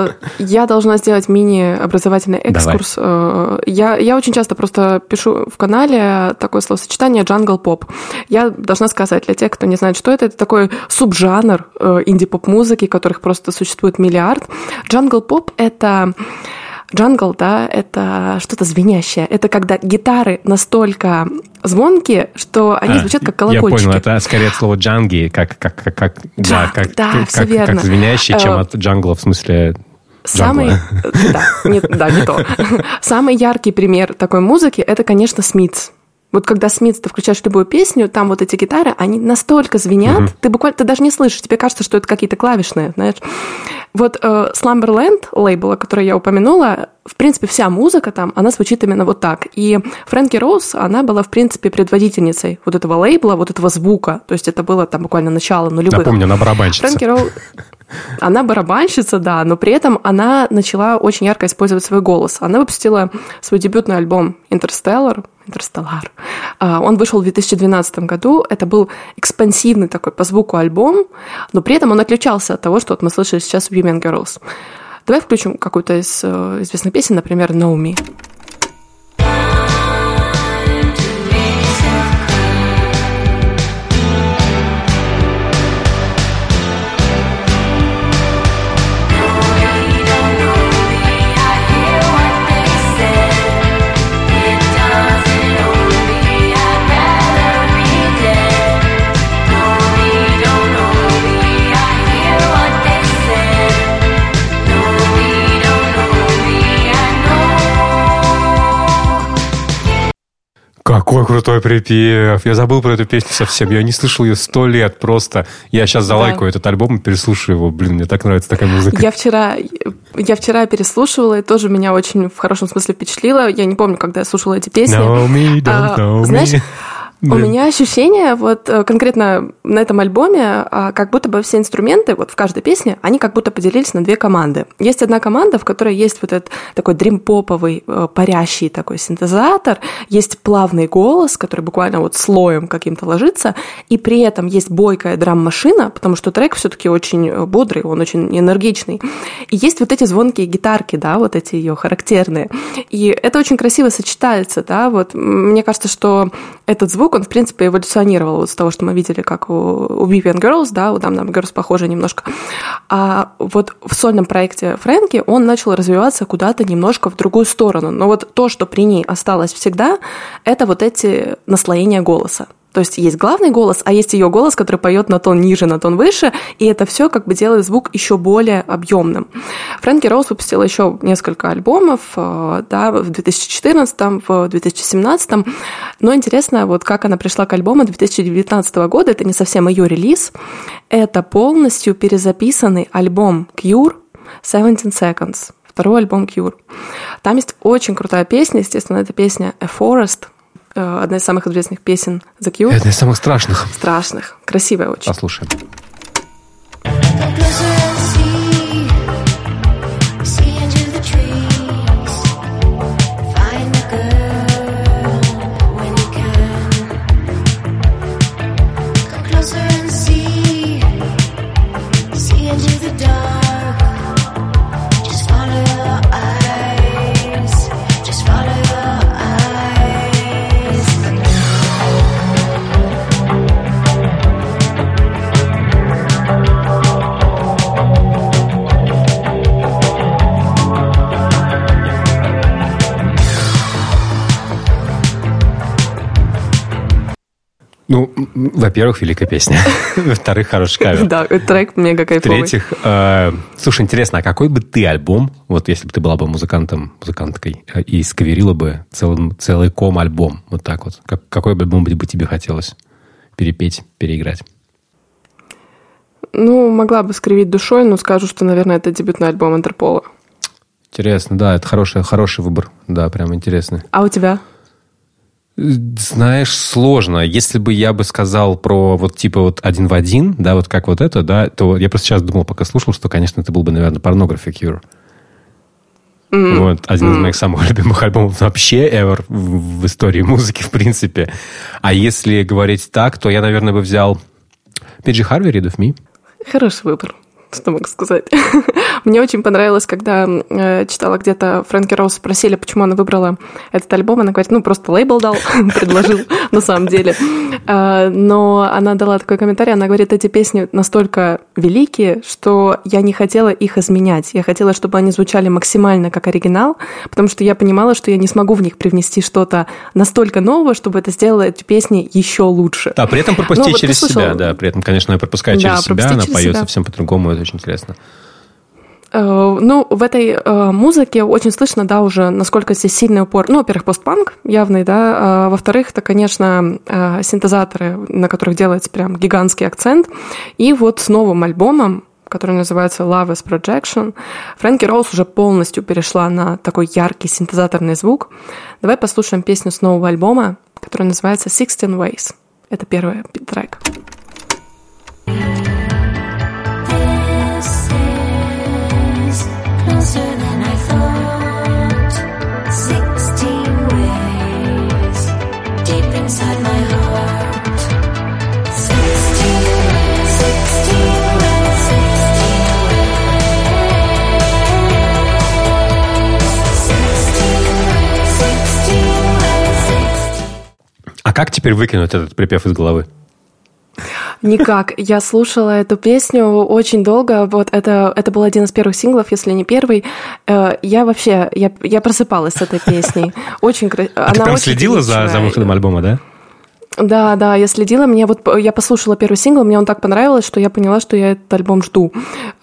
Я должна сделать мини-образовательный экскурс. Я, я очень часто просто пишу в канале такое словосочетание «джангл-поп». Я должна сказать для тех, кто не знает, что это, это такой субжанр инди-поп-музыки, которых просто существует миллиард. Джангл-поп — это... Джангл, да, это что-то звенящее. Это когда гитары настолько звонкие, что они а, звучат как колокольчики. Я понял, это скорее от слова джанги, как, как, как, как, да, как, да, как, все как, верно. Как звенящие, чем от джангла, в смысле Самый, да, не, да, не то. Самый яркий пример такой музыки — это, конечно, Смитс. Вот когда Смитс, ты включаешь любую песню, там вот эти гитары, они настолько звенят, uh-huh. ты буквально, ты даже не слышишь, тебе кажется, что это какие-то клавишные, знаешь. Вот э, Slumberland, лейбла, который я упомянула, в принципе, вся музыка там, она звучит именно вот так. И Фрэнки Роуз, она была, в принципе, предводительницей вот этого лейбла, вот этого звука. То есть это было там буквально начало нулевых. Напомню, она барабанщица. Фрэнки Роуз... Она барабанщица, да, но при этом она начала очень ярко использовать свой голос. Она выпустила свой дебютный альбом «Интерстеллар», «Интерстеллар». Он вышел в две тысячи двенадцатом году. Это был экспансивный такой по звуку альбом, но при этом он отличался от того, что вот мы слышали сейчас в Vivian Girls. Давай включим какую-то из известных песен, например, «Know Me». Какой крутой припев. Я забыл про эту песню совсем. Я не слышал ее сто лет просто. Я сейчас залайкаю да. этот альбом и переслушаю его. Блин, мне так нравится такая музыка. Я вчера, я вчера переслушивала, и тоже меня очень в хорошем смысле впечатлило. Я не помню, когда я слушала эти песни. Know me, don't know а, знаешь, me. У меня ощущение, вот конкретно на этом альбоме, как будто бы все инструменты, вот в каждой песне, они как будто поделились на две команды. Есть одна команда, в которой есть вот этот такой дрим-поповый, парящий такой синтезатор, есть плавный голос, который буквально вот слоем каким-то ложится, и при этом есть бойкая драм-машина, потому что трек все-таки очень бодрый, он очень энергичный. И есть вот эти звонкие гитарки, да, вот эти ее характерные. И это очень красиво сочетается, да, вот мне кажется, что этот звук, он, в принципе, эволюционировал вот с того, что мы видели, как у, у Vivian Girls, да, у Dum Dum Girls похоже немножко. А вот в сольном проекте Фрэнки он начал развиваться куда-то немножко в другую сторону. Но вот то, что при ней осталось всегда, это вот эти наслоения голоса. То есть есть главный голос, а есть ее голос, который поет на тон ниже, на тон выше, и это все как бы делает звук еще более объемным. Фрэнки Роуз выпустила еще несколько альбомов, да, в две тысячи четырнадцатом, в две тысячи семнадцатом, но интересно, вот как она пришла к альбому две тысячи девятнадцатого года, это не совсем ее релиз, это полностью перезаписанный альбом Cure seventeen seconds, второй альбом Cure. Там есть очень крутая песня, естественно, это песня A Forest, одна из самых известных песен The Cure. Одна из самых страшных. Страшных. Красивая очень. Послушаем. Ну, во-первых, великая песня. Во-вторых, хороший кавер. Да, трек мега кайфовый. В-третьих, слушай, интересно, а какой бы ты альбом, вот если бы ты была бы музыкантом, музыканткой, и скаверила бы целый ком альбом, вот так вот, какой бы альбом бы тебе хотелось перепеть, переиграть? Ну, могла бы скривить душой, но скажу, что, наверное, это дебютный альбом Интерпола. Интересно, да, это хороший, хороший выбор. Да, прям интересно. А у тебя? Знаешь, сложно. Если бы я бы сказал про вот типа вот один в один, да, вот как вот это, да, то я просто сейчас думал, пока слушал, что, конечно, это был бы, наверное, Pornography Cure. Mm-hmm. Вот, один mm-hmm. из моих самых любимых альбомов вообще ever в, в истории музыки, в принципе. А если говорить так, то я, наверное, бы взял пи джи Harvey, Read of Me. Хороший выбор. Что могу сказать? Мне очень понравилось, когда э, читала где-то, Фрэнки Роуз спросили, почему она выбрала этот альбом. Она говорит, ну, просто лейбл дал, предложил, на самом деле. Э, но она дала такой комментарий, она говорит, эти песни настолько великие, что я не хотела их изменять. Я хотела, чтобы они звучали максимально как оригинал, потому что я понимала, что я не смогу в них привнести что-то настолько нового, чтобы это сделало эти песни еще лучше. Да, при этом пропустить через себя, да. При этом, конечно, она пропускает через себя, она поет совсем по-другому, это очень интересно. Ну, в этой э, музыке очень слышно, да, уже насколько здесь сильный упор. Ну, во-первых, постпанк явный, да, а, во-вторых, это, конечно, э, синтезаторы, на которых делается прям гигантский акцент. И вот с новым альбомом, который называется Love is Projection, Фрэнки Роуз уже полностью перешла на такой яркий синтезаторный звук. Давай послушаем песню с нового альбома, которая называется sixteen ways. Это первый трек. Closer than I thought. Sixteen ways deep inside my heart. Sixteen ways, sixteen ways, sixteen ways. Sixteen ways, sixteen ways. А как теперь выкинуть этот припев из головы? Никак. Я слушала эту песню очень долго. Вот это, это был один из первых синглов, если не первый. Я вообще, я, я просыпалась с этой песней. Очень красиво. А ты прям следила за, за выходом альбома, да? Да, да, я следила. Мне вот, я послушала первый сингл, мне он так понравился, что я поняла, что я этот альбом жду.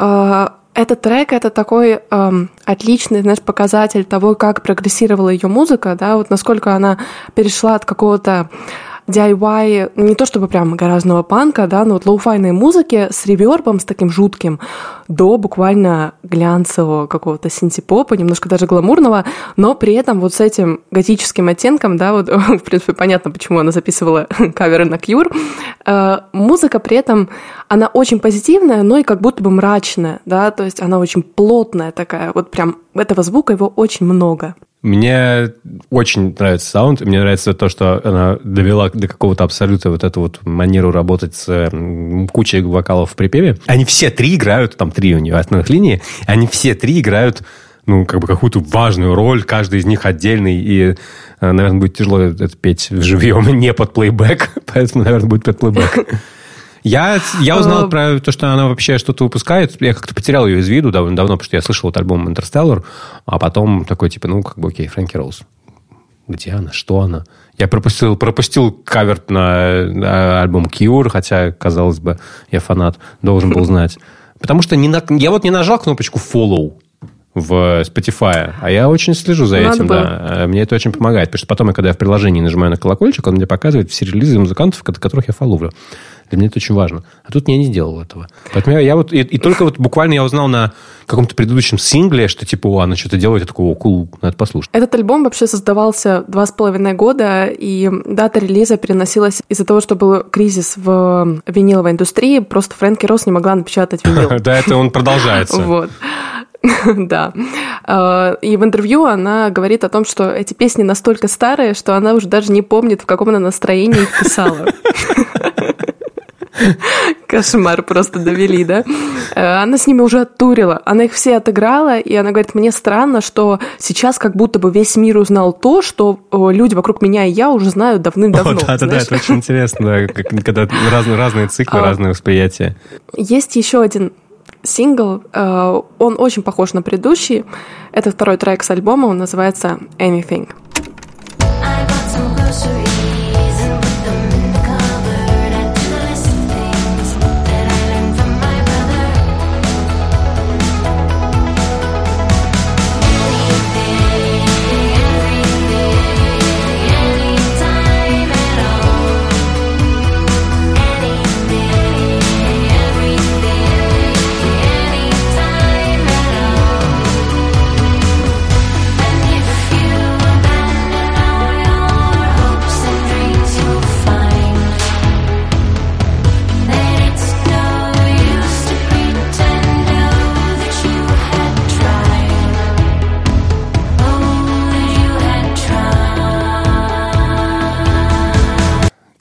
Этот трек — это такой эм, отличный, знаешь, показатель того, как прогрессировала ее музыка, да, вот насколько она перешла от какого-то ди ай вай, не то чтобы прям гаражного панка, да, но вот лоу-файной музыки с ревербом, с таким жутким, до буквально глянцевого какого-то синти-попа, немножко даже гламурного, но при этом вот с этим готическим оттенком, да, вот, в принципе, понятно, почему она записывала каверы на Cure. Э, музыка при этом, она очень позитивная, но и как будто бы мрачная, да, то есть она очень плотная такая, вот прям этого звука его очень много. Мне очень нравится саунд, мне нравится то, что она довела до какого-то абсолюта вот эту вот манеру работать с кучей вокалов в припеве. Они все три играют, там три у нее основных линий, они все три играют, ну, как бы какую-то важную роль, каждый из них отдельный, и, наверное, будет тяжело это петь живьем, не под плейбэк, поэтому, наверное, будет под плейбэк. Я, я узнал про то, что она вообще что-то выпускает. Я как-то потерял ее из виду довольно давно, потому что я слышал вот альбом Interstellar, а потом такой, типа, ну, как бы, окей, Фрэнки Роуз. Где она? Что она? Я пропустил, пропустил кавер на, на альбом Cure, хотя, казалось бы, я фанат, должен был знать. Потому что не на, я вот не нажал кнопочку follow в Spotify, а я очень слежу за этим, да. Мне это очень помогает, потому что потом, когда я в приложении нажимаю на колокольчик, он мне показывает все релизы музыкантов, которых я фолловлю. Для меня это очень важно. А тут я не сделал этого. Поэтому я, я вот... И, и только вот буквально я узнал на каком-то предыдущем сингле, что типа, о, она что-то делает, я такой, о, кул, надо послушать. Этот альбом вообще создавался два с половиной года, и дата релиза переносилась из-за того, что был кризис в виниловой индустрии, просто Фрэнки Роуз не могла напечатать винил. Да, это он продолжается. Вот. Да. И в интервью она говорит о том, что эти песни настолько старые, что она уже даже не помнит, в каком она настроении их писала. Кошмар просто довели, да? Она с ними уже оттурила, она их все отыграла, и она говорит, мне странно, что сейчас как будто бы весь мир узнал то, что люди вокруг меня и я уже знают давным-давно. Да-да-да, это очень интересно, когда разные, разные циклы, разные восприятия. Есть еще один сингл, он очень похож на предыдущий, это второй трек с альбома, он называется «Anything». I bought some groceries and put them in the cupboard.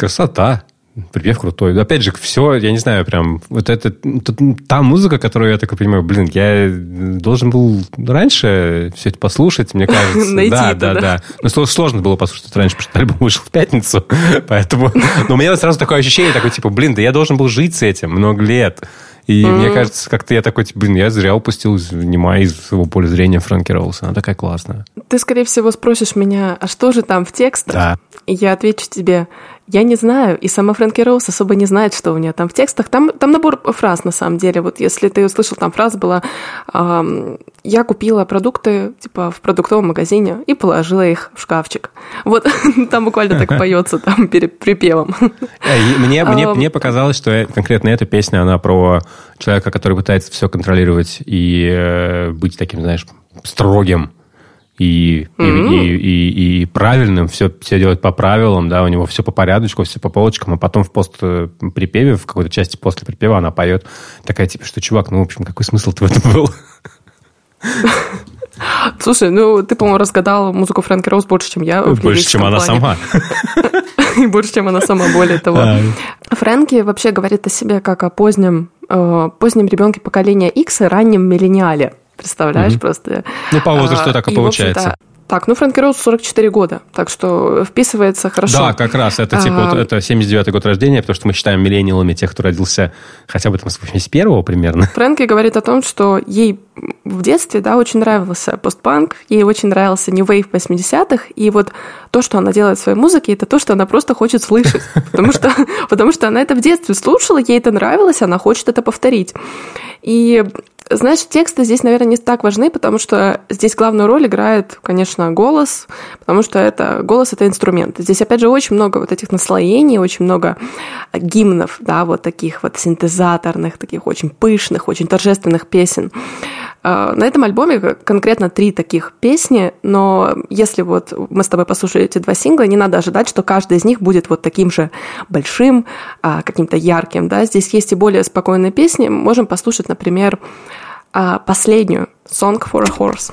красота. Припев крутой. Опять же, все, я не знаю, прям вот это, та музыка, которую я такой понимаю, блин, я должен был раньше все это послушать, мне кажется. Найти да, это, да, да, да. Но сложно было послушать это раньше, потому что альбом вышел в пятницу, поэтому... Но у меня сразу такое ощущение, такое, типа, блин, да я должен был жить с этим много лет. И mm-hmm. мне кажется, как-то я такой, типа, блин, я зря упустил внимание из своего поля зрения Фрэнки Роуз. Она такая классная. Ты, скорее всего, спросишь меня, а что же там в текстах? Да. И я отвечу тебе, я не знаю. И сама Фрэнки Роуз особо не знает, что у нее там в текстах. Там, там набор фраз, на самом деле. Вот если ты услышал, там фраза была, эм, я купила продукты, типа, в продуктовом магазине и положила их в шкафчик. Вот там буквально так поется, там, перед припевом. Мне, мне, мне показалось, что конкретно эта песня, она про человека, который пытается все контролировать и э, быть таким, знаешь, строгим и, mm-hmm. и, и, и, и правильным, все, все делать по правилам, да, у него все по порядочку, все по полочкам, а потом в пост-припеве, в какой-то части после припева она поет такая, типа, что, чувак, ну, в общем, какой смысл-то в этом был? Слушай, ну, ты, по-моему, разгадал музыку Фрэнки Роуз больше, чем я. Больше, чем она сама. И больше, чем она сама, более того. Фрэнки вообще говорит о себе как о позднем, позднем ребенке поколения X и раннем миллениале. Представляешь, mm-hmm. просто. Ну, по возрасту так и, и получается. Так, ну, Фрэнки Роуз сорок четыре года, так что вписывается хорошо. Да, как раз, это типа а... вот, это семьдесят девятый год рождения, потому что мы считаем миллениалами тех, кто родился хотя бы там с восемьдесят первого примерно. Фрэнки говорит о том, что ей в детстве, да, очень нравился постпанк, ей очень нравился New Wave восьмидесятых, и вот то, что она делает в своей музыке, это то, что она просто хочет слышать, потому что, потому что она это в детстве слушала, ей это нравилось, она хочет это повторить. И... Знаешь, тексты здесь, наверное, не так важны, потому что здесь главную роль играет, конечно, голос, потому что это, голос — это инструмент. Здесь, опять же, очень много вот этих наслоений, очень много гимнов, да, вот таких вот синтезаторных, таких очень пышных, очень торжественных песен. На этом альбоме конкретно три таких песни, но если вот мы с тобой послушали эти два сингла, не надо ожидать, что каждый из них будет вот таким же большим, каким-то ярким, да. Здесь есть и более спокойные песни. Можем послушать, например, последнюю «Song for a Horse».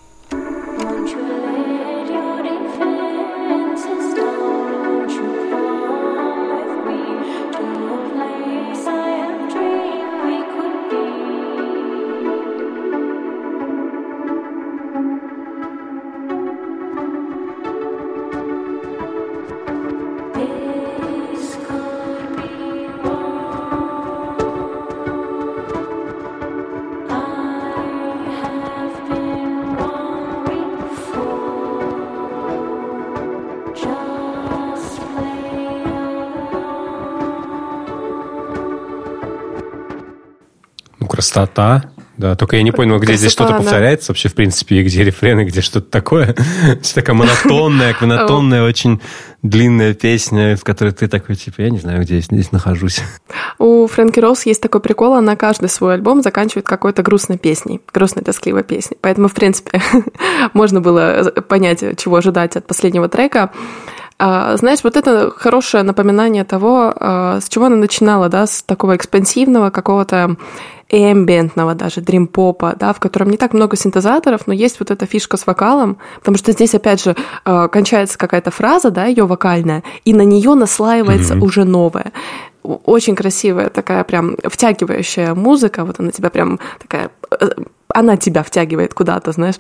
Красота. Да, только я не понял, где Красота, здесь что-то да. повторяется вообще, в принципе, и где рефрены, где что-то такое. Такая монотонная, монотонная, очень длинная песня, в которой ты такой, типа, я не знаю, где я здесь нахожусь. У Фрэнки Роуз есть такой прикол, она каждый свой альбом заканчивает какой-то грустной песней, грустной, тоскливой песней. Поэтому, в принципе, можно было понять, чего ожидать от последнего трека. Знаешь, вот это хорошее напоминание того, с чего она начинала, да, с такого экспансивного какого-то эмбиентного даже, дрим-попа, да, в котором не так много синтезаторов, но есть вот эта фишка с вокалом, потому что здесь, опять же, кончается какая-то фраза, да, ее вокальная, и на нее наслаивается mm-hmm. уже новая. Очень красивая такая прям втягивающая музыка, вот она тебя прям такая, она тебя втягивает куда-то, знаешь.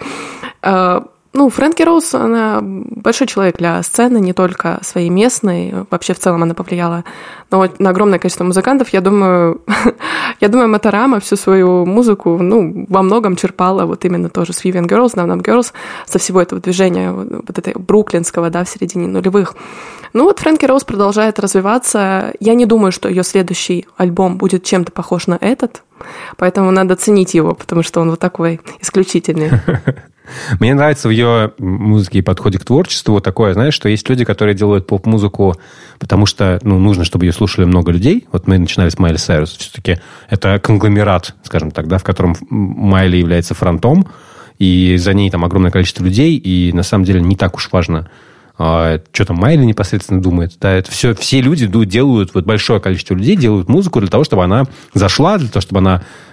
Ну, Фрэнки Роуз, она большой человек для сцены, не только своей местной. Вообще, в целом, она повлияла на, на огромное количество музыкантов. Я думаю, я думаю, Моторама всю свою музыку, ну, во многом черпала вот именно тоже с Vivian Girls, Nam Girls, со всего этого движения вот этой бруклинского, да, в середине нулевых. Ну, вот Фрэнки Роуз продолжает развиваться. Я не думаю, что ее следующий альбом будет чем-то похож на этот, поэтому надо ценить его, потому что он вот такой исключительный. Мне нравится в ее музыке и подходе к творчеству вот такое, знаешь, что есть люди, которые делают поп-музыку, потому что, ну, нужно, чтобы ее слушали много людей. Вот мы начинали с Майли Сайрус. Все-таки это конгломерат, скажем так, да, в котором Майли является фронтом, и за ней там огромное количество людей, и на самом деле не так уж важно, что там Майли непосредственно думает. Да, это все, все люди делают, вот большое количество людей делают музыку для того, чтобы она зашла, для того, чтобы она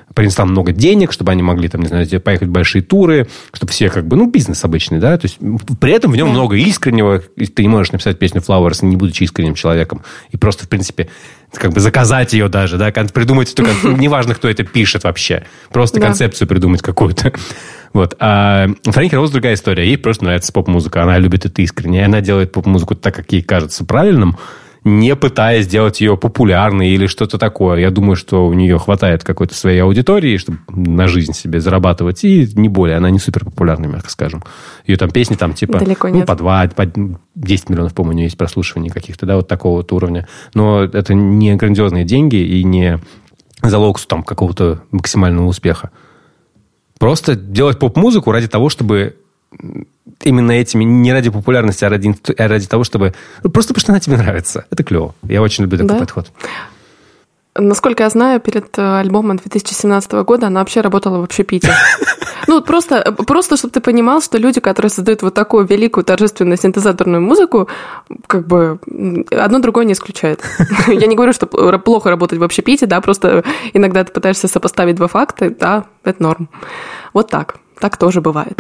принесла много денег, чтобы они могли, там, не знаю, поехать в большие туры, чтобы все как бы, ну, бизнес обычный, да, то есть при этом в нем много искреннего, ты не можешь написать песню Flowers, не будучи искренним человеком, и просто, в принципе, как бы заказать ее даже, да, придумать, только, неважно, кто это пишет вообще, просто да. концепцию придумать какую-то. Вот. А Фрэнки Роуз другая история, ей просто нравится поп-музыка, она любит это искренне, и она делает поп-музыку так, как ей кажется правильным, не пытаясь сделать ее популярной или что-то такое. Я думаю, что у нее хватает какой-то своей аудитории, чтобы на жизнь себе зарабатывать, и не более. Она не супер популярная, мягко скажем. Ее там песни там типа ну, по два, по десять миллионов, по-моему, у нее есть прослушиваний каких-то, да, вот такого вот уровня. Но это не грандиозные деньги и не залог там какого-то максимального успеха. Просто делать поп-музыку ради того, чтобы именно этими, не ради популярности, а ради, а ради того, чтобы... Просто потому, что она тебе нравится. Это клево. Я очень люблю такой да? подход. Насколько я знаю, перед альбомом две тысячи семнадцатого года она вообще работала в общепите. Ну, просто, просто, чтобы ты понимал, что люди, которые создают вот такую великую торжественную синтезаторную музыку, как бы одно другое не исключает. Я не говорю, что плохо работать в общепите, да, просто иногда ты пытаешься сопоставить два факта, да, это норм. Вот так. Так тоже бывает.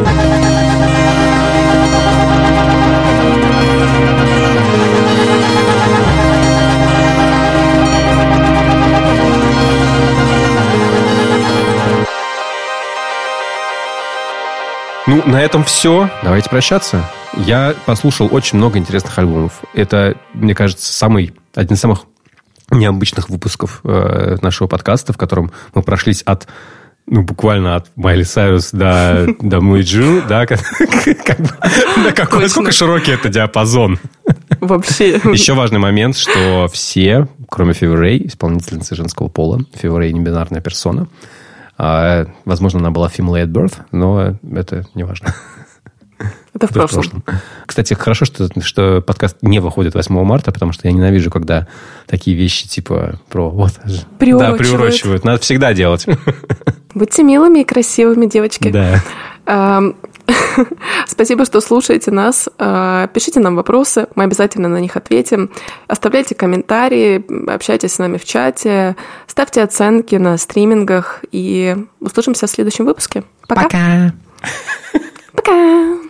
Ну, на этом все. Давайте прощаться. Я послушал очень много интересных альбомов. Это, мне кажется, самый, один из самых необычных выпусков э, нашего подкаста, в котором мы прошлись от ну, буквально от Майли Сайрус до, до Муиджу, да, как, как бы, да, какой, насколько широкий это диапазон. Вообще. Еще важный момент, что все, кроме Фиви Рэй, исполнительницы женского пола, Фиви Рэй не бинарная персона, а, возможно, она была female at birth, но это не важно. Это в прошлом. в прошлом. Кстати, хорошо, что, что подкаст не выходит восьмого марта, потому что я ненавижу, когда такие вещи типа про... Вот, приурочивают. Да, приурочивают. Надо всегда делать. Будьте милыми и красивыми, девочки. Да. Спасибо, что слушаете нас. Пишите нам вопросы, мы обязательно на них ответим. Оставляйте комментарии, общайтесь с нами в чате, ставьте оценки на стримингах и услышимся в следующем выпуске. Пока. Пока. Пока.